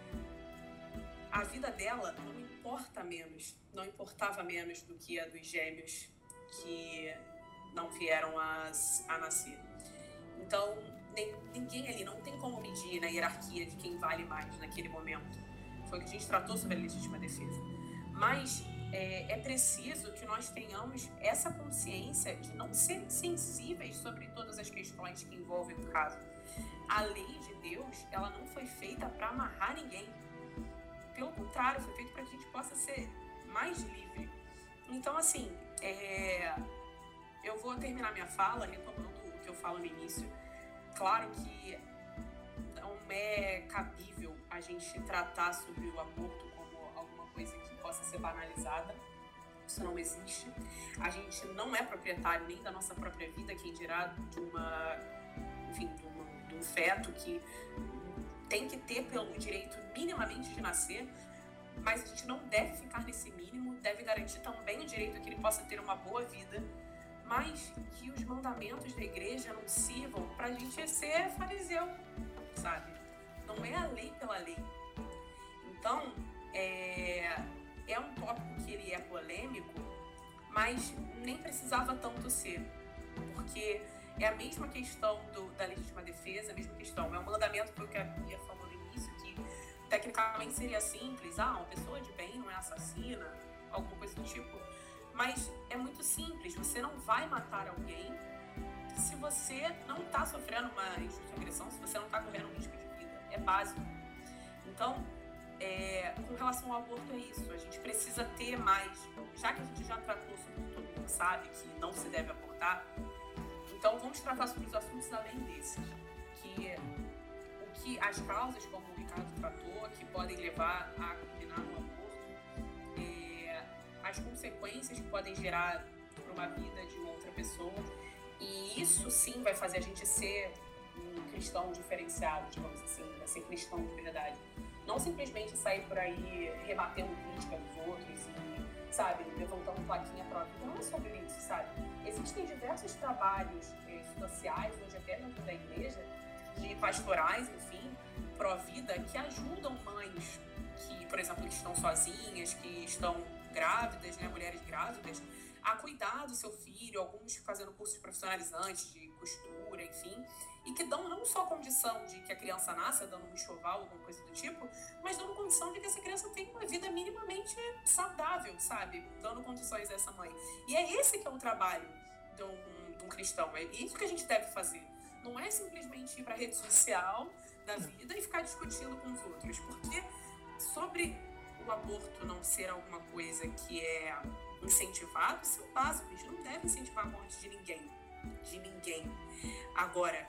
A vida dela não importava menos do que a dos gêmeos que não vieram a nascer. Então, ninguém ali, não tem como medir na hierarquia de quem vale mais naquele momento. Foi o que a gente tratou sobre a legítima defesa. Mas é preciso que nós tenhamos essa consciência de não ser sensíveis sobre todas as questões que envolvem o caso. A lei de Deus, ela não foi feita para amarrar ninguém. Pelo contrário, foi feito para que a gente possa ser mais livre. Então, assim, eu vou terminar minha fala retomando o que eu falo no início. Claro que não é cabível a gente tratar sobre o aborto como alguma coisa que possa ser banalizada. Isso não existe. A gente não é proprietário nem da nossa própria vida, quem dirá de um feto que tem que ter pelo direito minimamente de nascer, mas a gente não deve ficar nesse mínimo, deve garantir também o direito a que ele possa ter uma boa vida, mas que os mandamentos da igreja não sirvam para a gente ser fariseu, sabe? Não é a lei pela lei. Então, é um tópico que ele é polêmico, mas nem precisava tanto ser, porque é a mesma questão da legítima defesa, a mesma questão, é um mandamento que a Bia falou no início, que tecnicamente seria simples, uma pessoa de bem não é assassina, alguma coisa do tipo, mas é muito simples, você não vai matar alguém se você não está sofrendo uma injusta agressão, se você não está correndo um risco de vida, é básico. Então, com relação ao aborto é isso, a gente precisa ter mais, já que a gente já tratou sobre o que todo mundo sabe, que não se deve abortar, então vamos tratar sobre os assuntos além desses, que as causas, como o Ricardo tratou, que podem levar a culminar no aborto, as consequências que podem gerar para uma vida de uma outra pessoa, e isso sim vai fazer a gente ser um cristão diferenciado, digamos assim, vai ser cristão de verdade. Não simplesmente sair por aí rebatendo crítica dos outros e, sabe, levantando plaquinha própria. Então não é sobre isso, sabe? Existem diversos trabalhos sociais, hoje até dentro da igreja, de pastorais, enfim, pró-vida, que ajudam mães que, por exemplo, que estão sozinhas, que estão grávidas, né, mulheres grávidas, a cuidar do seu filho, alguns fazendo cursos profissionalizantes de costura, enfim, e que dão não só condição de que a criança nasça dando um enxoval, alguma coisa do tipo, mas dando condição de que essa criança tenha uma vida minimamente saudável, sabe? Dando condições a essa mãe. E é esse que é o trabalho de um cristão, é isso que a gente deve fazer. Não é simplesmente ir para a rede social da vida e ficar discutindo com os outros, porque sobre o aborto não ser alguma coisa que é incentivado, isso é básico, a gente não deve incentivar a morte de ninguém. Agora,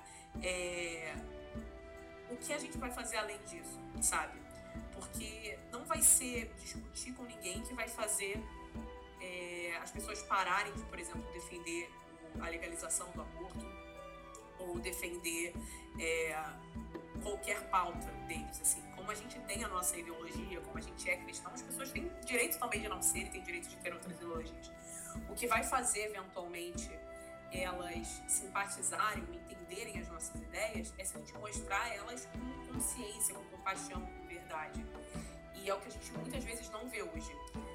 o que a gente vai fazer além disso, sabe? Porque não vai ser discutir com ninguém que vai fazer as pessoas pararem de, por exemplo, defender a legalização do aborto ou defender qualquer pauta deles, assim. Como a gente tem a nossa ideologia, como a gente é cristão, as pessoas têm direito também de não ser e têm direito de ter outras ideologias. O que vai fazer, eventualmente, elas simpatizarem, entenderem as nossas ideias, é se a gente mostrar elas com consciência, com compaixão, com verdade. E é o que a gente muitas vezes não vê hoje.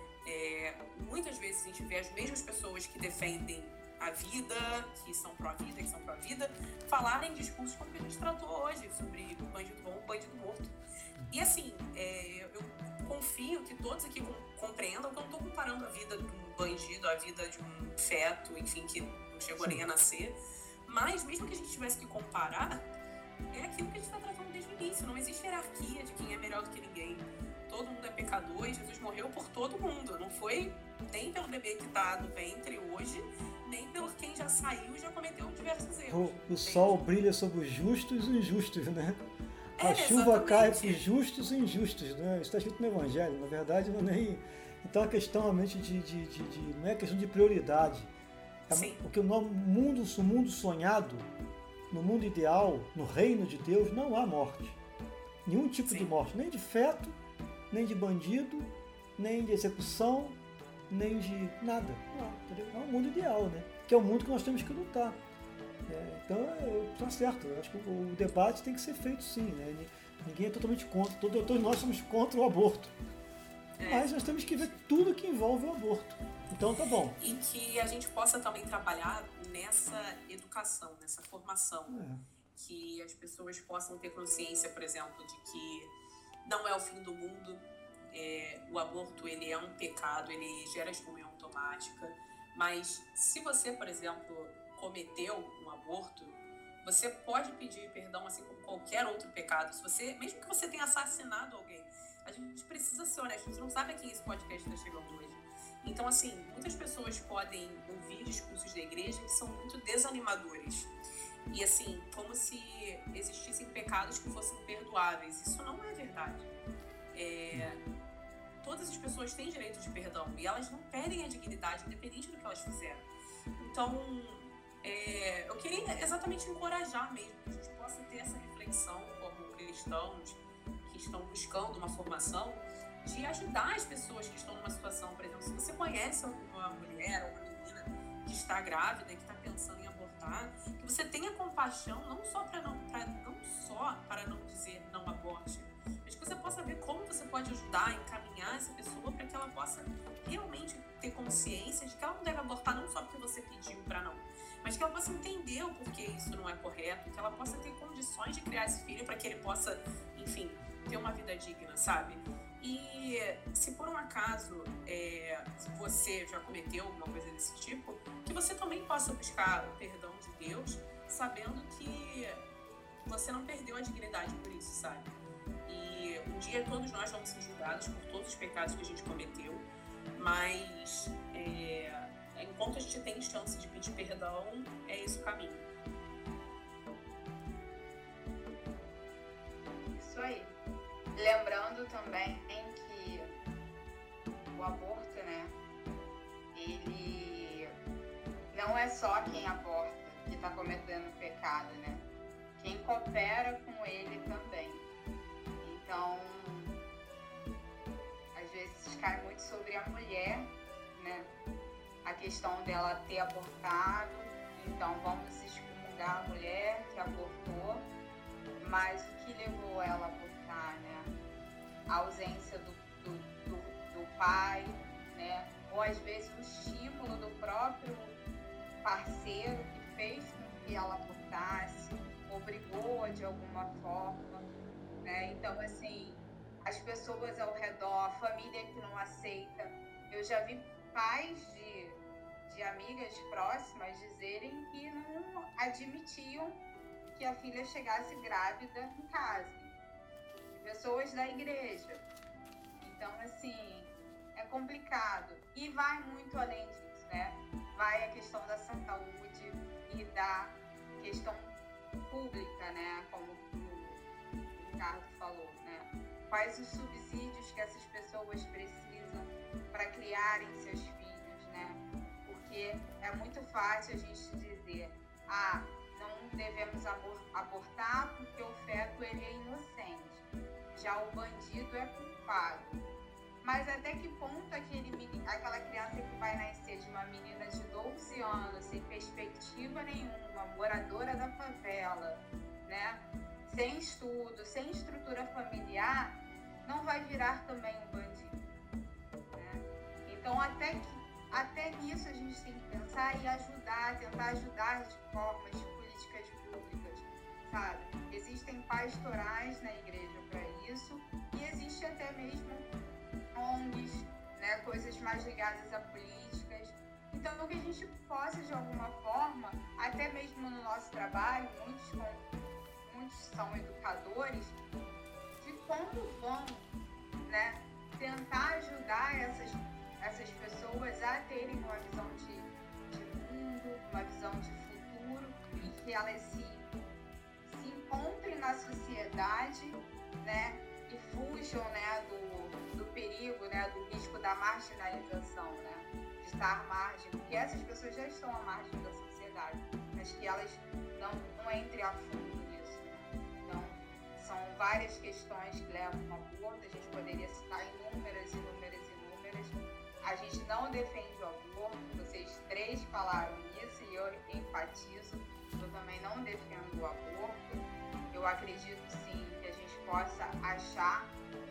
Muitas vezes a gente vê as mesmas pessoas que defendem a vida, que são pró-vida, falarem discursos como a gente tratou hoje, sobre bandido bom, bandido morto. E assim, eu confio que todos aqui compreendam que eu não estou comparando a vida de um bandido, a vida de um feto, enfim, que não chegou nem a nascer. Mas mesmo que a gente tivesse que comparar, é aquilo que a gente está tratando desde o início. Não existe hierarquia de quem é melhor do que ninguém. Todo mundo é pecador e Jesus morreu por todo mundo. Não foi nem pelo bebê que está no ventre hoje, nem pelo quem já saiu e já cometeu diversos erros. O sol brilha sobre os justos e injustos, né? A chuva exatamente. cai para os justos e injustos, né? Isso está escrito no Evangelho, na verdade não é nem... Então a questão realmente não é questão de prioridade. Porque no mundo sonhado, no mundo ideal, no reino de Deus, não há morte. Nenhum tipo de morte, nem de feto, nem de bandido, nem de execução, nem de nada. Não, é um mundo ideal, né? Que é o mundo que nós temos que lutar. Então, está certo. Eu acho que o debate tem que ser feito sim, né? Ninguém é totalmente contra. Todos nós somos contra o aborto. Mas nós temos que ver tudo que envolve o aborto. Então, tá bom. E que a gente possa também trabalhar nessa educação, nessa formação. Que as pessoas possam ter consciência, por exemplo, de que não é o fim do mundo. O aborto, ele é um pecado, ele gera excomunhão automática. Mas se você, por exemplo, cometeu um aborto, você pode pedir perdão, assim como qualquer outro pecado. Mesmo que você tenha assassinado alguém, a gente precisa ser honesto, a gente não sabe a quem esse podcast está chegando hoje. Então, assim, muitas pessoas podem ouvir discursos da igreja que são muito desanimadores. E, assim, como se existissem pecados que fossem perdoáveis. Isso não é verdade. Todas as pessoas têm direito de perdão e elas não perdem a dignidade, independente do que elas fizeram. Então, eu queria exatamente encorajar mesmo que a gente possa ter essa reflexão como cristãos que estão buscando uma formação, de ajudar as pessoas que estão numa situação, por exemplo, se você conhece uma mulher ou uma menina que está grávida e que está pensando em abortar, que você tenha compaixão, não só para não dizer não aborte, mas que você possa ver como você pode ajudar, encaminhar essa pessoa para que ela possa realmente ter consciência de que ela não deve abortar não só porque você pediu para não, mas que ela possa entender o porquê isso não é correto, que ela possa ter condições de criar esse filho para que ele possa, enfim, ter uma vida digna, sabe? E se por um acaso você já cometeu alguma coisa desse tipo, que você também possa buscar o perdão de Deus, sabendo que você não perdeu a dignidade por isso, sabe? E um dia todos nós vamos ser julgados por todos os pecados que a gente cometeu, mas enquanto a gente tem chance de pedir perdão, é esse o caminho. Isso aí. Lembrando também que o aborto, né, ele não é só quem aborta que está cometendo pecado, né? Quem coopera com ele também. Então, às vezes cai muito sobre a mulher, né? A questão dela ter abortado, então vamos excomungar a mulher que abortou, mas o que levou ela a abortar, né? A ausência do pai, né? Ou às vezes o estímulo do próprio parceiro que fez com que ela abortasse, obrigou-a de alguma forma, né? Então, assim, as pessoas ao redor, a família que não aceita. Eu já vi pais de amigas próximas dizerem que não admitiam que a filha chegasse grávida em casa. Pessoas da igreja. Então, assim, é complicado. E vai muito além disso, né? Vai a questão da saúde e da questão pública, né? Como o Ricardo falou, né? Quais os subsídios que essas pessoas precisam para criarem seus filhos, né? Porque é muito fácil a gente dizer, não devemos abortar porque o feto ele é inocente. Já o bandido é culpado. Mas até que ponto aquela criança que vai nascer de uma menina de 12 anos, sem perspectiva nenhuma, moradora da favela, né? Sem estudo, sem estrutura familiar, não vai virar também um bandido, né? Então, até nisso a gente tem que pensar e tentar ajudar de formas de políticas públicas, sabe? Existem pastorais na igreja para isso e existe até mesmo ONGs, né? Coisas mais ligadas a políticas. Então, que a gente possa, de alguma forma, até mesmo no nosso trabalho, muitos são educadores, de como vão, né, tentar ajudar essas pessoas a terem uma visão de mundo, uma visão de futuro, e que elas se encontrem na sociedade, né, e fujam, né, do perigo, né, do risco da marginalização, né, de estar à margem, porque essas pessoas já estão à margem da sociedade, mas que elas não entrem a fundo nisso. Então, são várias questões que levam ao aborto, a gente poderia citar inúmeras. A gente não defende o aborto, vocês três falaram isso e eu enfatizo, eu também não defendo o aborto. Eu acredito sim que a gente possa achar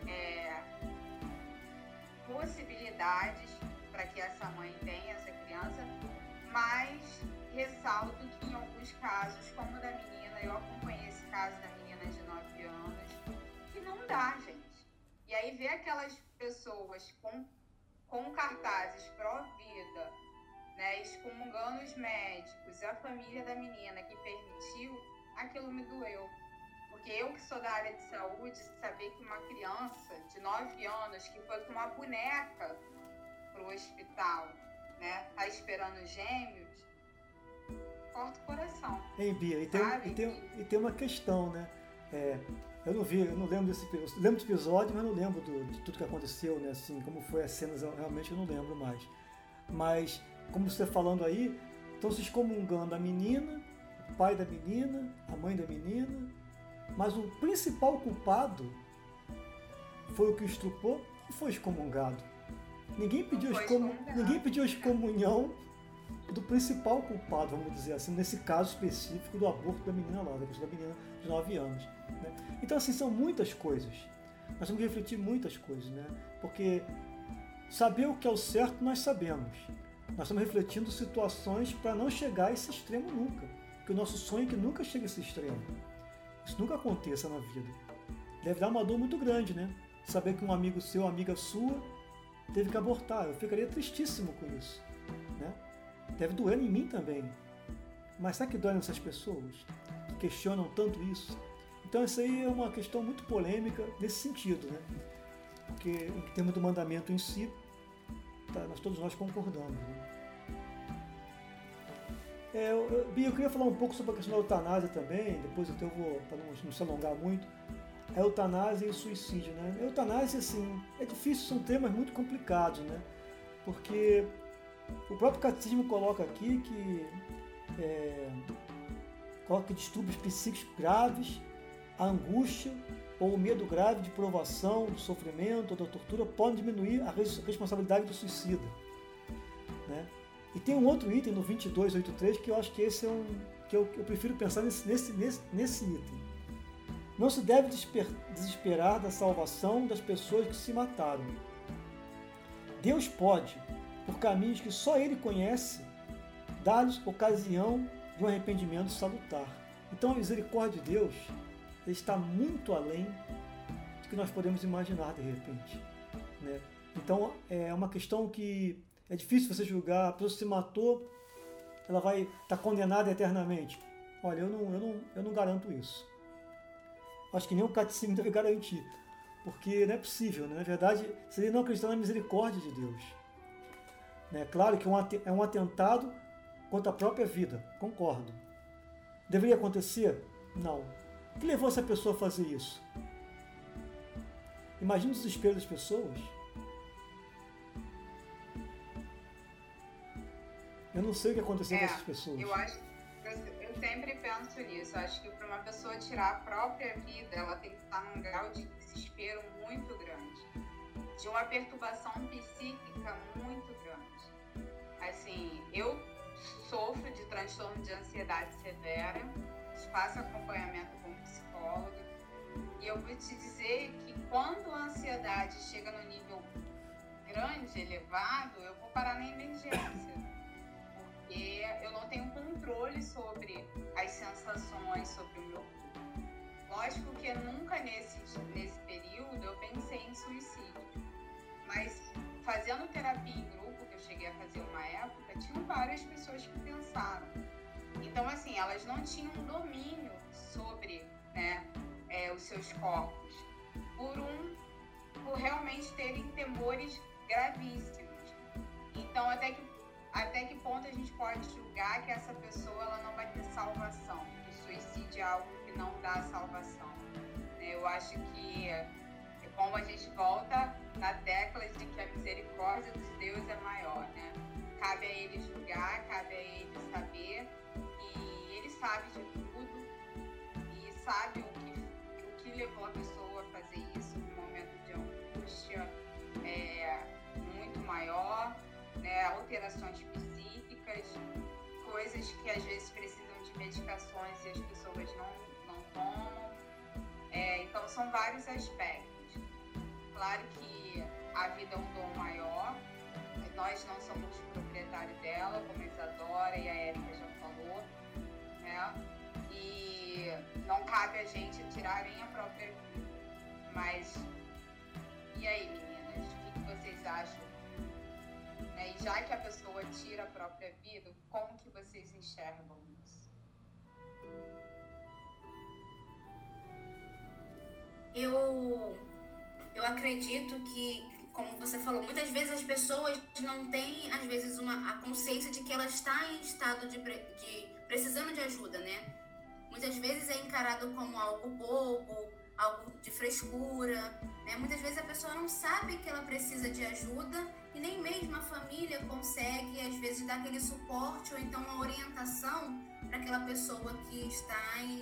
possibilidades para que essa mãe tenha essa criança, mas ressalto que em alguns casos, como o da menina, eu acompanhei esse caso da menina de 9 anos, que não dá, gente. E aí ver aquelas pessoas com cartazes pró-vida, né, excomungando os médicos, a família da menina que permitiu, aquilo me doeu. Porque eu que sou da área de saúde, saber que uma criança de 9 anos que foi com uma boneca pro hospital, né, tá esperando gêmeos, corta o coração. Hein, Bia, e tem uma questão, né? Eu não lembro desse episódio. Lembro do episódio, mas não lembro de tudo que aconteceu, né? Assim, como foi as cenas, realmente eu não lembro mais. Mas, como você falando aí, estão se excomungando a menina, o pai da menina, a mãe da menina, mas o principal culpado foi o que estrupou e foi excomungado. Ninguém pediu a excomunhão do principal culpado, vamos dizer assim, nesse caso específico do aborto da menina lá, da menina de 9 anos. Né? Então, assim, são muitas coisas. Nós temos que refletir muitas coisas, né? Porque Saber o que é o certo nós sabemos. Nós estamos refletindo situações para não chegar a esse extremo nunca. Porque o nosso sonho é que nunca chegue a esse extremo. Isso nunca aconteça na vida. Deve dar uma dor muito grande, né? Saber que um amigo seu, uma amiga sua, teve que abortar. Eu ficaria tristíssimo com isso, né? Deve doer em mim também. Mas será que dói nessas pessoas que questionam tanto isso? Então isso aí é uma questão muito polêmica nesse sentido, né? Porque em termos do mandamento em si, todos nós concordamos, né? Bia, eu queria falar um pouco sobre a questão da eutanásia também, depois eu vou, para não se alongar muito, a eutanásia e o suicídio, né? A eutanásia, assim, é difícil, são temas muito complicados, né? Porque o próprio catecismo coloca aqui que coloca distúrbios psíquicos graves, a angústia ou o medo grave de provação, do sofrimento ou da tortura podem diminuir a responsabilidade do suicida, né? E tem um outro item no 2283 que eu acho que esse que eu prefiro pensar nesse item. Não se deve desesperar da salvação das pessoas que se mataram. Deus pode, por caminhos que só Ele conhece, dar-lhes ocasião de um arrependimento salutar. Então a misericórdia de Deus está muito além do que nós podemos imaginar de repente, né? Então é uma questão que é difícil você julgar. A pessoa se matou, ela vai estar condenada eternamente. Olha, eu não garanto isso. Acho que nem o catecismo deve garantir, porque não é possível, né? Na verdade, seria não acreditar na misericórdia de Deus, né? Claro que é um atentado contra a própria vida, concordo. Deveria acontecer? Não. O que levou essa pessoa a fazer isso? Imagina o desespero das pessoas. Eu não sei o que aconteceu com essas pessoas. Eu sempre penso nisso. Acho que para uma pessoa tirar a própria vida, ela tem que estar num grau de desespero muito grande, de uma perturbação psíquica muito grande. Assim, eu sofro de transtorno de ansiedade severa, faço acompanhamento com psicóloga, e eu vou te dizer que quando a ansiedade chega no nível grande, elevado, eu vou parar na emergência. Porque eu não tenho controle sobre as sensações, sobre o meu corpo. Lógico que nunca nesse período eu pensei em suicídio. Mas fazendo terapia em grupo, que eu cheguei a fazer uma época, tinham várias pessoas que pensaram. Então, assim, elas não tinham domínio sobre, né, os seus corpos, por realmente terem temores gravíssimos. Então, até que ponto a gente pode julgar que essa pessoa ela não vai ter salvação? O suicídio é algo que não dá salvação. Eu acho que como a gente volta na tecla de que a misericórdia de Deus é maior, né? Cabe a Ele julgar, cabe a Ele saber, e Ele sabe de tudo e sabe o que levou a pessoa a fazer isso num momento de angústia muito maior, né? Alterações psíquicas, coisas que às vezes precisam de medicações e as pessoas não tomam. Então são vários aspectos. Claro que a vida é um dom maior, nós não somos proprietários dela, como a Isadora e a Érica já falou, né? E não cabe a gente tirarem a própria vida. Mas e aí, meninas, o que vocês acham? E já que a pessoa tira a própria vida, como que vocês enxergam isso? Eu acredito que, como você falou, muitas vezes as pessoas não têm, às vezes, a consciência de que ela está em estado de precisando de ajuda, né? Muitas vezes é encarado como algo bobo, algo de frescura, né? Muitas vezes a pessoa não sabe que ela precisa de ajuda e nem mesmo a família consegue, às vezes, dar aquele suporte ou então uma orientação para aquela pessoa que está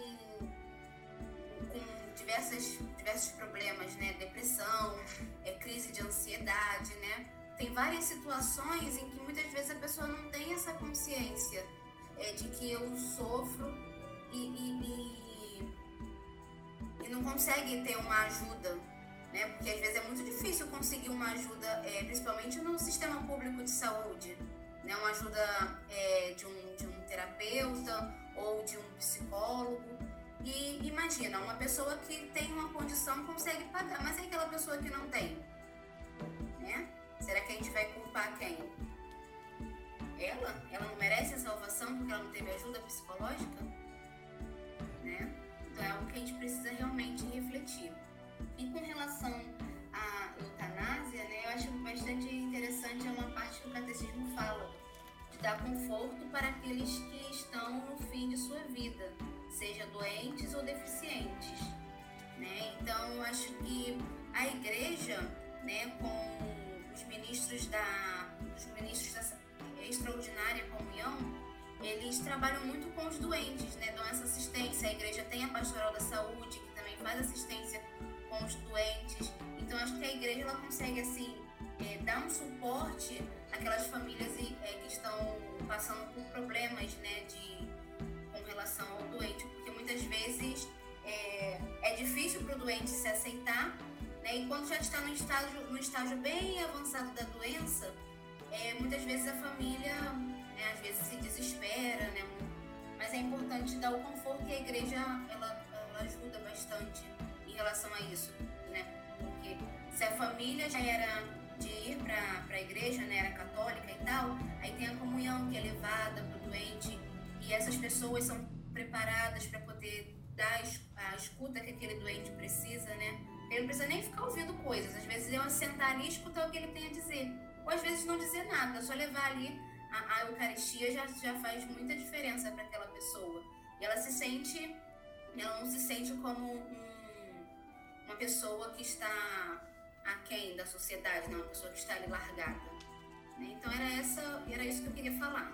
com diversos problemas, né? Depressão, crise de ansiedade, né? Tem várias situações em que muitas vezes a pessoa não tem essa consciência de que eu sofro e não consegue ter uma ajuda, né? Porque às vezes é muito difícil conseguir uma ajuda, principalmente no sistema público de saúde, né? Uma ajuda de um terapeuta ou de um psicólogo. E imagina, uma pessoa que tem uma condição consegue pagar, mas é aquela pessoa que não tem, né? Será que a gente vai culpar quem? Ela não merece a salvação porque ela não teve ajuda psicológica, né? Então é algo que a gente precisa realmente refletir. E com relação à eutanásia, né, eu acho bastante interessante uma parte que o catecismo fala, de dar conforto para aqueles que estão no fim de sua vida, seja doentes ou deficientes, né? Então eu acho que a igreja, né, com os ministros da extraordinária comunhão, eles trabalham muito com os doentes, né? Dão essa assistência. A igreja tem a pastoral da saúde, que também faz assistência com os doentes. Então acho que a igreja ela consegue assim dar um suporte àquelas famílias que estão passando por problemas, né, com relação ao doente, porque muitas vezes é difícil para o doente se aceitar, né? E quando já está no estágio bem avançado da doença, muitas vezes a família, né, às vezes se desespera, né? Mas é importante dar o conforto, e a igreja ela ajuda bastante em relação a isso, né? Porque se a família já era de ir para a igreja, né, era católica e tal, aí tem a comunhão que é levada para o doente, e essas pessoas são preparadas para poder dar a escuta que aquele doente precisa, né? Ele não precisa nem ficar ouvindo coisas, às vezes é sentar ali e escutar o que ele tem a dizer, ou às vezes não dizer nada, só levar ali a Eucaristia já faz muita diferença para aquela pessoa. E ela não se sente como uma pessoa que está aquém da sociedade, não, uma pessoa que está ali largada, né? Então era isso que eu queria falar.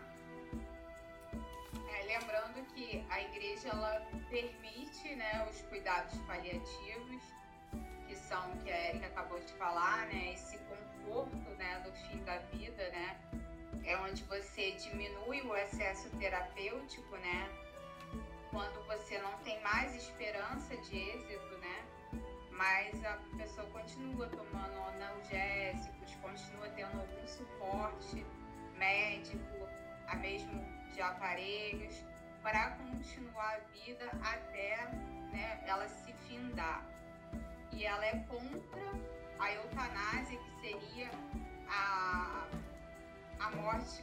Lembrando que a igreja ela permite, né, os cuidados paliativos, que são, que a Érica acabou de falar, né, esse conforto, né, no fim da vida, né, é onde você diminui o excesso terapêutico, né, quando você não tem mais esperança de êxito, né, mas a pessoa continua tomando analgésicos, continua tendo algum suporte médico, a mesmo de aparelhos, para continuar a vida até, né, ela se findar. E ela é contra a eutanásia, que seria a morte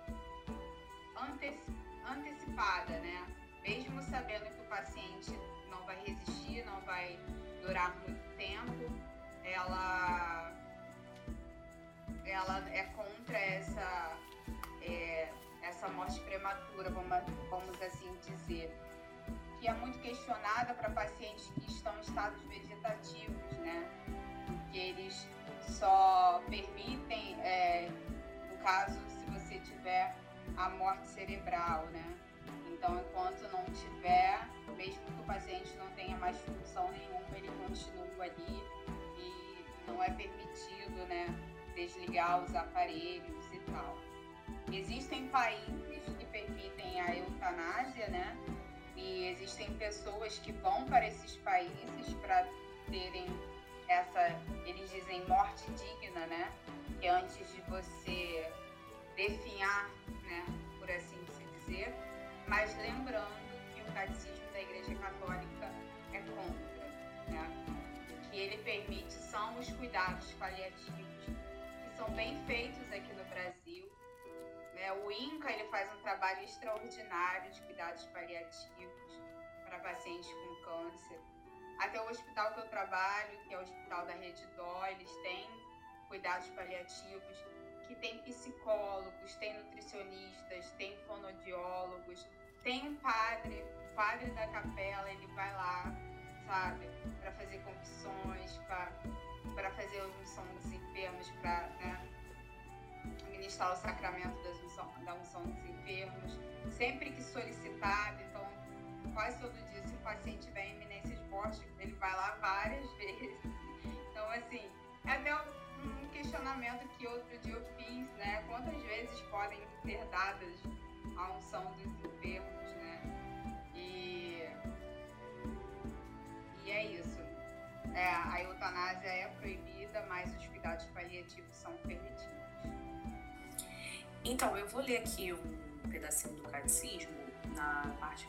antecipada, né? Mesmo sabendo que o paciente não vai resistir, não vai durar muito tempo, ela é contra essa morte prematura, vamos assim dizer, que é muito questionada para pacientes que estão em estados vegetativos, né? Que eles só permitem, no caso, se você tiver a morte cerebral, né? Então, enquanto não tiver, mesmo que o paciente não tenha mais função nenhuma, ele continua ali e não é permitido, né, desligar os aparelhos e tal. Existem países que permitem a eutanásia, né? E existem pessoas que vão para esses países para terem eles dizem morte digna, né? Que é antes de você definhar, né, por assim se dizer. Mas lembrando que o catecismo da Igreja Católica é contra, né? O que ele permite são os cuidados paliativos, que são bem feitos aqui no Brasil. O INCA ele faz um trabalho extraordinário de cuidados paliativos para pacientes com câncer. Até o hospital que eu trabalho, que é o Hospital da Rede Dó, eles têm cuidados paliativos, que tem psicólogos, tem nutricionistas, tem fonoaudiólogos, tem um padre, o padre da capela, ele vai lá, sabe, para fazer confissões, para fazer a unção dos enfermos, para, né, ministrar o sacramento da unção dos enfermos, sempre que solicitado. Então, quase todo dia, se o paciente tiver em iminência de morte, ele vai lá várias vezes. Então, assim, é até um questionamento que outro dia eu fiz, né? Quantas vezes podem ser dadas a unção dos enfermos, né? E é isso. a eutanásia é proibida, mas os cuidados paliativos são permitidos. Então, eu vou ler aqui um pedacinho do catecismo, na parte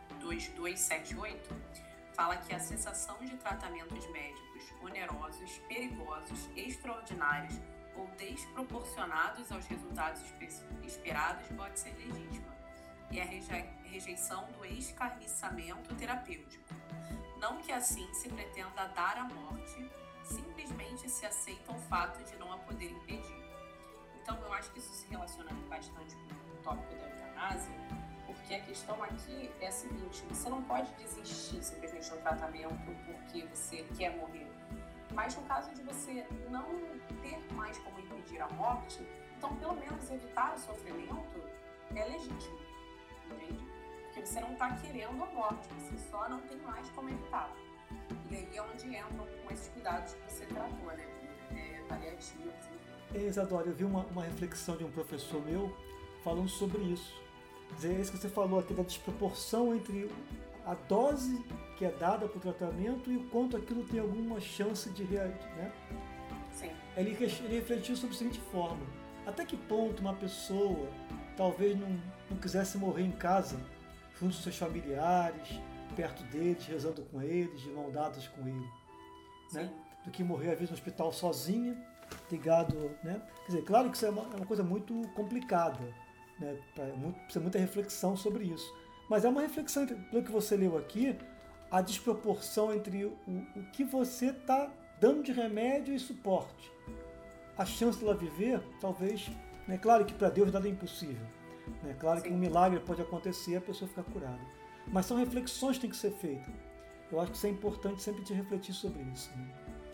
2278, fala que a cessação de tratamentos médicos onerosos, perigosos, extraordinários ou desproporcionados aos resultados esperados pode ser legítima, e a rejeição do escarniçamento terapêutico. Não que assim se pretenda dar a morte, simplesmente se aceita o fato de não a poder impedir. Então, eu acho que isso se relaciona bastante com o tópico da eutanásia, porque a questão aqui é a seguinte: você não pode desistir simplesmente do tratamento porque você quer morrer. Mas no caso de você não ter mais como impedir a morte, então pelo menos evitar o sofrimento é legítimo, entende? Porque você não está querendo a morte, você só não tem mais como evitar. E aí é onde entram com esses cuidados que você tratou, né? Paliativos. Isadora, eu vi uma reflexão de um professor meu falando sobre isso. Quer dizer, é isso que você falou aqui, da desproporção entre a dose que é dada para o tratamento e o quanto aquilo tem alguma chance de reagir, né? Sim. Ele refletiu sobre a seguinte forma: até que ponto uma pessoa talvez não quisesse morrer em casa, junto com seus familiares, perto deles, rezando com eles, de mão dadas com ele, né? Do que morrer às vezes no hospital sozinha, ligado, né? Quer dizer, claro que isso é uma coisa muito complicada, né? Precisa muita reflexão sobre isso. Mas é uma reflexão, pelo que você leu aqui, a desproporção entre o que você está dando de remédio e suporte. A chance dela viver, talvez, né? Claro que para Deus nada é impossível, né? Claro que um milagre pode acontecer e a pessoa ficar curada. Mas são reflexões que têm que ser feitas. Eu acho que isso é importante sempre de refletir sobre isso, né?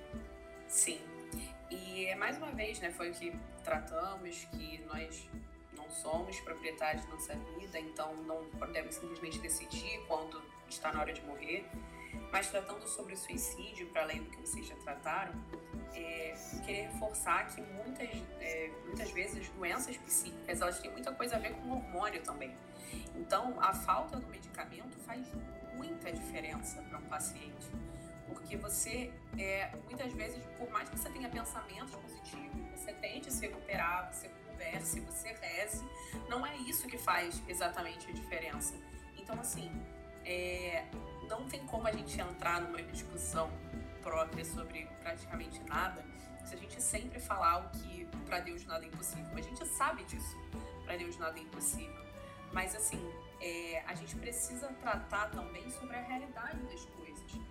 Sim. E mais uma vez, né, foi o que tratamos, que nós não somos proprietários da nossa vida, então não podemos simplesmente decidir quando está na hora de morrer. Mas tratando sobre o suicídio, para além do que vocês já trataram, queria reforçar que muitas vezes as doenças psíquicas, elas têm muita coisa a ver com o hormônio também. Então, a falta do medicamento faz muita diferença para um paciente. Porque você, muitas vezes, por mais que você tenha pensamentos positivos, você tente se recuperar, você converse, você reze, não é isso que faz exatamente a diferença. Então, assim, não tem como a gente entrar numa discussão própria sobre praticamente nada se a gente sempre falar o que para Deus nada é impossível. A gente sabe disso, para Deus nada é impossível. Mas, assim, a gente precisa tratar também sobre a realidade das coisas.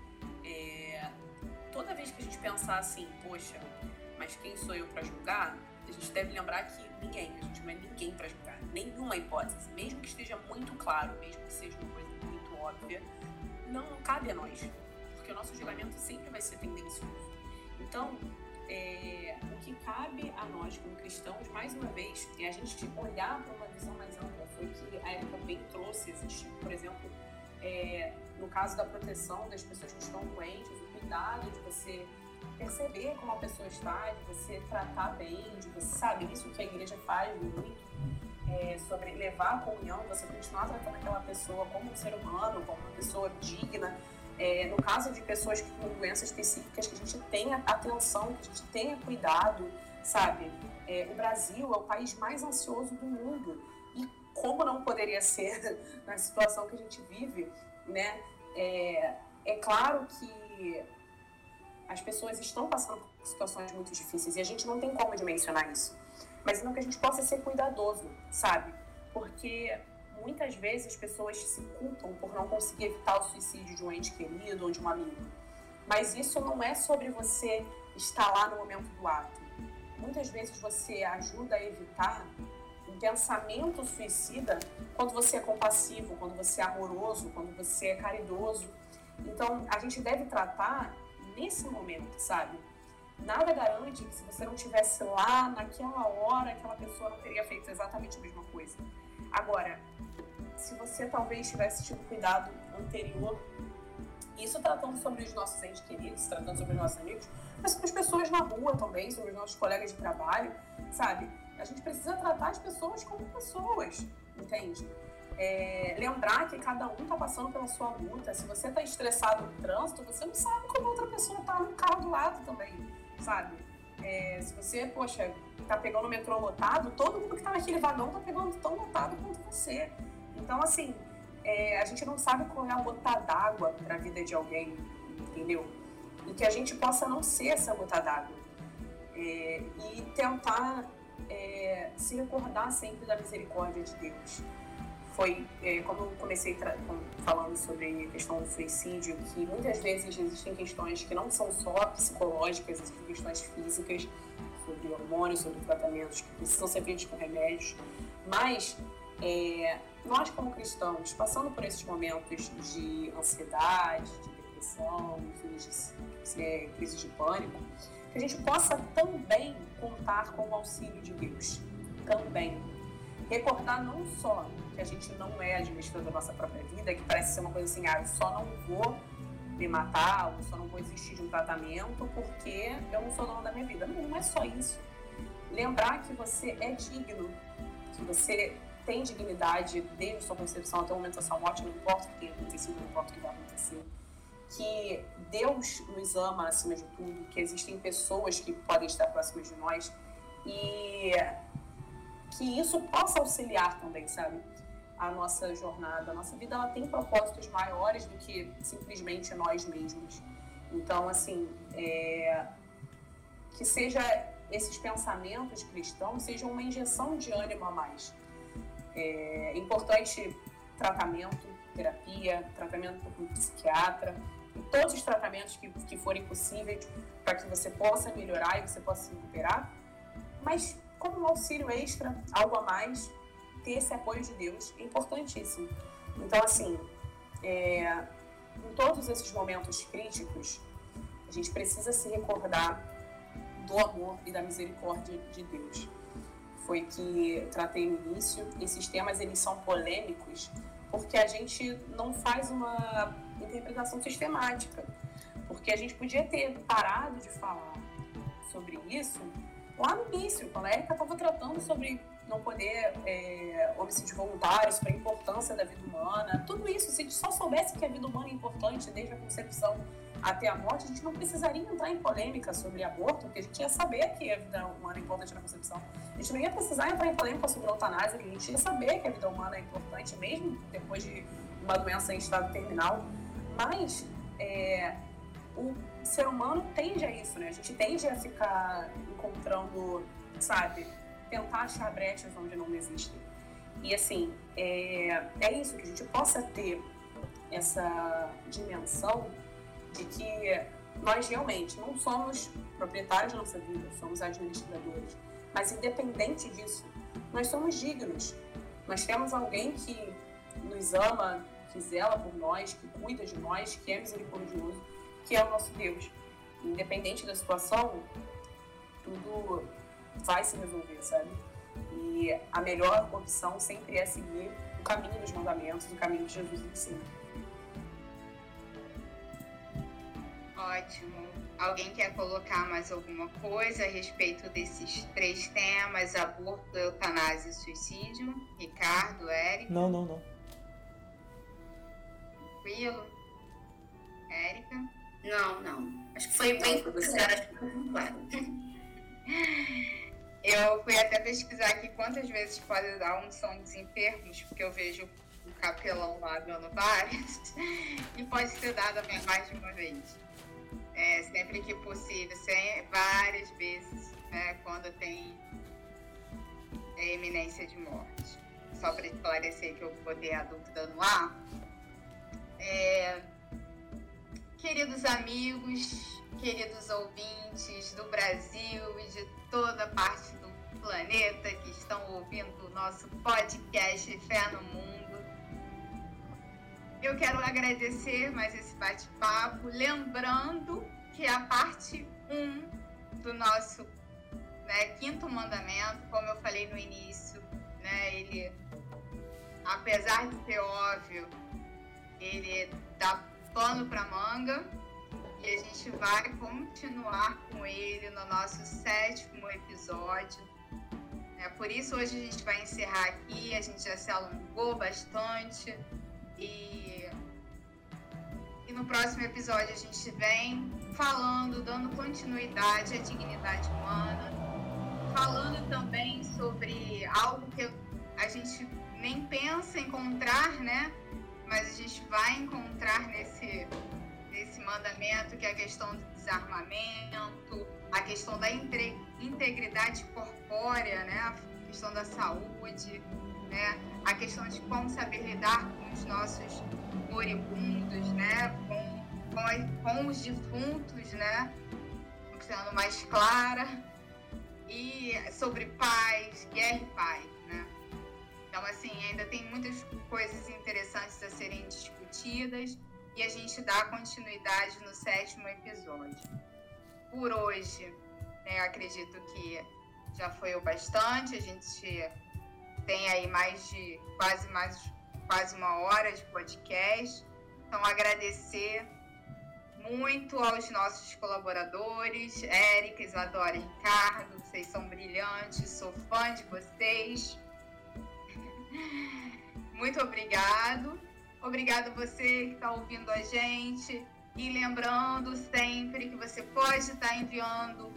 Toda vez que a gente pensar assim, poxa, mas quem sou eu para julgar? A gente deve lembrar que a gente não é ninguém para julgar, nenhuma hipótese, mesmo que esteja muito claro, mesmo que seja uma coisa muito óbvia, não cabe a nós, porque o nosso julgamento sempre vai ser tendencioso. Então, o que cabe a nós como cristãos, mais uma vez, é a gente olhar para uma visão mais ampla. Foi o que a Érica bem trouxe. Existe, por exemplo, no caso da proteção das pessoas que estão doentes, o cuidado de você perceber como a pessoa está, de você tratar bem, de você, sabe, isso que a igreja faz muito, sobre levar a comunhão, você continuar tratando aquela pessoa como um ser humano, como uma pessoa digna. No caso de pessoas com doenças específicas, que a gente tenha atenção, que a gente tenha cuidado, sabe? O Brasil é o país mais ansioso do mundo, e como não poderia ser na situação que a gente vive, né? É claro que as pessoas estão passando por situações muito difíceis e a gente não tem como dimensionar isso, mas não que a gente possa ser cuidadoso, sabe? Porque muitas vezes as pessoas se culpam por não conseguir evitar o suicídio de um ente querido ou de um amigo, mas isso não é sobre você estar lá no momento do ato. Muitas vezes você ajuda a evitar um pensamento suicida quando você é compassivo, quando você é amoroso, quando você é caridoso. Então, a gente deve tratar nesse momento, sabe? Nada garante que se você não estivesse lá, naquela hora, aquela pessoa não teria feito exatamente a mesma coisa. Agora, se você talvez tivesse tido cuidado anterior, isso tratando sobre os nossos entes queridos, tratando sobre os nossos amigos, mas sobre as pessoas na rua também, sobre os nossos colegas de trabalho, sabe? A gente precisa tratar as pessoas como pessoas, entende? lembrar que cada um está passando pela sua luta. Se você está estressado no trânsito, você não sabe como outra pessoa está no carro do lado também, sabe? Se você, tá pegando o metrô lotado, todo mundo que está naquele vagão está pegando tão lotado quanto você. Então, assim, a gente não sabe qual é a gota d'água para a vida de alguém, entendeu? E que a gente possa não ser essa gota d'água. E tentar se recordar sempre da misericórdia de Deus. Foi, como eu comecei falando sobre a questão do suicídio, que muitas vezes existem questões que não são só psicológicas, existem questões físicas, sobre hormônios, sobre tratamentos que precisam ser feitos com remédios, mas nós como cristãos, passando por esses momentos de ansiedade, de depressão, de crise de pânico, que a gente possa também contar com o auxílio de Deus, também. Recordar não só que a gente não é administrador da nossa própria vida, que parece ser uma coisa assim, eu só não vou me matar, ou só não vou existir de um tratamento porque eu não sou dono da minha vida. Não é só isso. Lembrar que você é digno, que você tem dignidade desde a sua concepção até o momento da sua morte, não importa o que tenha acontecido, não importa o que vai acontecer. Que Deus nos ama acima de tudo, que existem pessoas que podem estar próximas de nós e que isso possa auxiliar também, sabe? A nossa jornada, a nossa vida, ela tem propósitos maiores do que simplesmente nós mesmos. Então, assim, que seja esses pensamentos cristãos sejam uma injeção de ânimo a mais. É importante tratamento, terapia, tratamento com psiquiatra, e todos os tratamentos que forem possíveis para que você possa melhorar e você possa se recuperar, mas como um auxílio extra, algo a mais, ter esse apoio de Deus é importantíssimo. Então, assim, em todos esses momentos críticos, a gente precisa se recordar do amor e da misericórdia de Deus. Foi que tratei no início. Esses temas, eles são polêmicos porque a gente não faz uma interpretação sistemática. Porque a gente podia ter parado de falar sobre isso lá no início, quando a Érica estava tratando sobre não poder homicídio voluntário, sobre a importância da vida humana, tudo isso, se a gente só soubesse que a vida humana é importante desde a concepção até a morte, a gente não precisaria entrar em polêmica sobre aborto, porque a gente ia saber que a vida humana é importante na concepção. A gente não ia precisar entrar em polêmica sobre a eutanásia, porque a gente ia saber que a vida humana é importante, mesmo depois de uma doença em estado terminal. Mas o ser humano tende a isso, né? A gente tende a ficar encontrando, sabe, tentar achar brechas onde não existem. E assim, é isso, que a gente possa ter essa dimensão de que nós realmente não somos proprietários da nossa vida, somos administradores. Mas independente disso, nós somos dignos. Nós temos alguém que nos ama, que zela por nós, que cuida de nós, que é misericordioso, que é o nosso Deus. Independente da situação, tudo vai se resolver, sabe? E a melhor opção sempre é seguir o caminho dos mandamentos, o caminho que Jesus ensina. Ótimo. Alguém quer colocar mais alguma coisa a respeito desses 3 temas, aborto, eutanásia e suicídio? Ricardo, Érica? Não. Tranquilo? Érica? Não. Acho que foi bem claro. Eu fui até pesquisar aqui quantas vezes pode dar unção dos enfermos, porque eu vejo o capelão lá dando várias, e pode ser dada mais de uma vez. Sempre que possível, várias vezes, né, quando tem iminência de morte. Só para esclarecer que eu botei a dúvida no ar. Queridos amigos, queridos ouvintes do Brasil e de toda parte do planeta que estão ouvindo o nosso podcast Fé no Mundo, eu quero agradecer mais esse bate-papo, lembrando que a parte 1 do nosso 5º mandamento, como eu falei no início, né, ele, apesar de ser óbvio, ele dá pano para manga, e a gente vai continuar com ele no nosso 7º episódio. Por isso hoje a gente vai encerrar aqui, a gente já se alongou bastante e no próximo episódio a gente vem falando, dando continuidade à dignidade humana, falando também sobre algo que a gente nem pensa encontrar, né? Mas a gente vai encontrar nesse mandamento, que é a questão do desarmamento, a questão da integridade corpórea, né? A questão da saúde, né? A questão de como saber lidar com os nossos moribundos, né? Com os defuntos, né? Sendo mais clara. E sobre paz, guerra e paz, né? Então, assim, ainda tem muitas coisas interessantes a serem discutidas e a gente dá continuidade no 7º episódio. Por hoje, né, eu acredito que já foi o bastante. A gente tem aí quase uma hora de podcast. Então, agradecer muito aos nossos colaboradores, Érica, Isadora e Ricardo, vocês são brilhantes, sou fã de vocês. Muito obrigado. Obrigado você que está ouvindo a gente. E lembrando sempre que você pode estar enviando,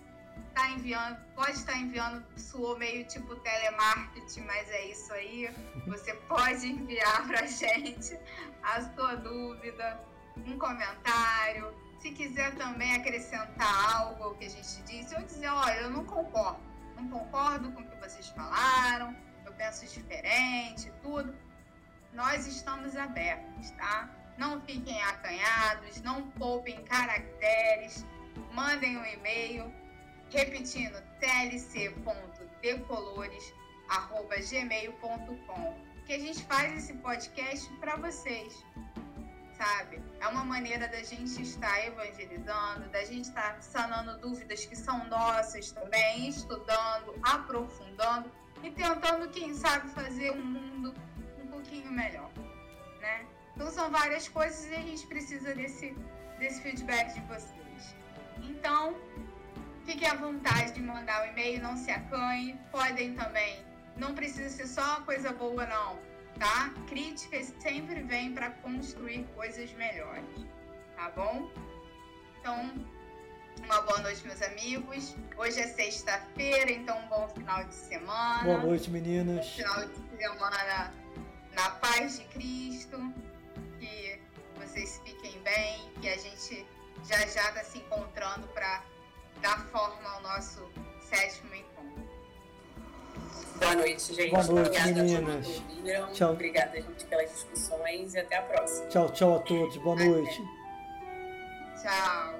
soou meio tipo telemarketing, mas é isso aí. Você pode enviar para a gente a sua dúvida, um comentário. Se quiser também acrescentar algo ao que a gente disse, ou dizer, olha, eu não concordo com o que vocês falaram, eu penso diferente, tudo. Nós estamos abertos, tá? Não fiquem acanhados, não poupem caracteres, mandem um e-mail, repetindo, tlc.decolores@gmail.com, que a gente faz esse podcast para vocês, sabe? É uma maneira da gente estar evangelizando, da gente estar sanando dúvidas que são nossas também, estudando, aprofundando e tentando, quem sabe, fazer um mundo um pouquinho melhor, né? Então são várias coisas e a gente precisa desse feedback de vocês. Então, fiquem à vontade de mandar o e-mail, não se acanhe. Podem também, não precisa ser só uma coisa boa não, tá? Críticas sempre vêm para construir coisas melhores, tá bom? Então, uma boa noite, meus amigos. Hoje é sexta-feira, então um bom final de semana. Boa noite, meninas. Final de semana na paz de Cristo. Que vocês fiquem bem, que a gente já está se encontrando para dar forma ao nosso 7º encontro. Boa noite, gente. Boa noite, obrigada meninas. Tchau. Obrigada, gente, pelas discussões e até a próxima. Tchau a todos. Boa noite. Tchau.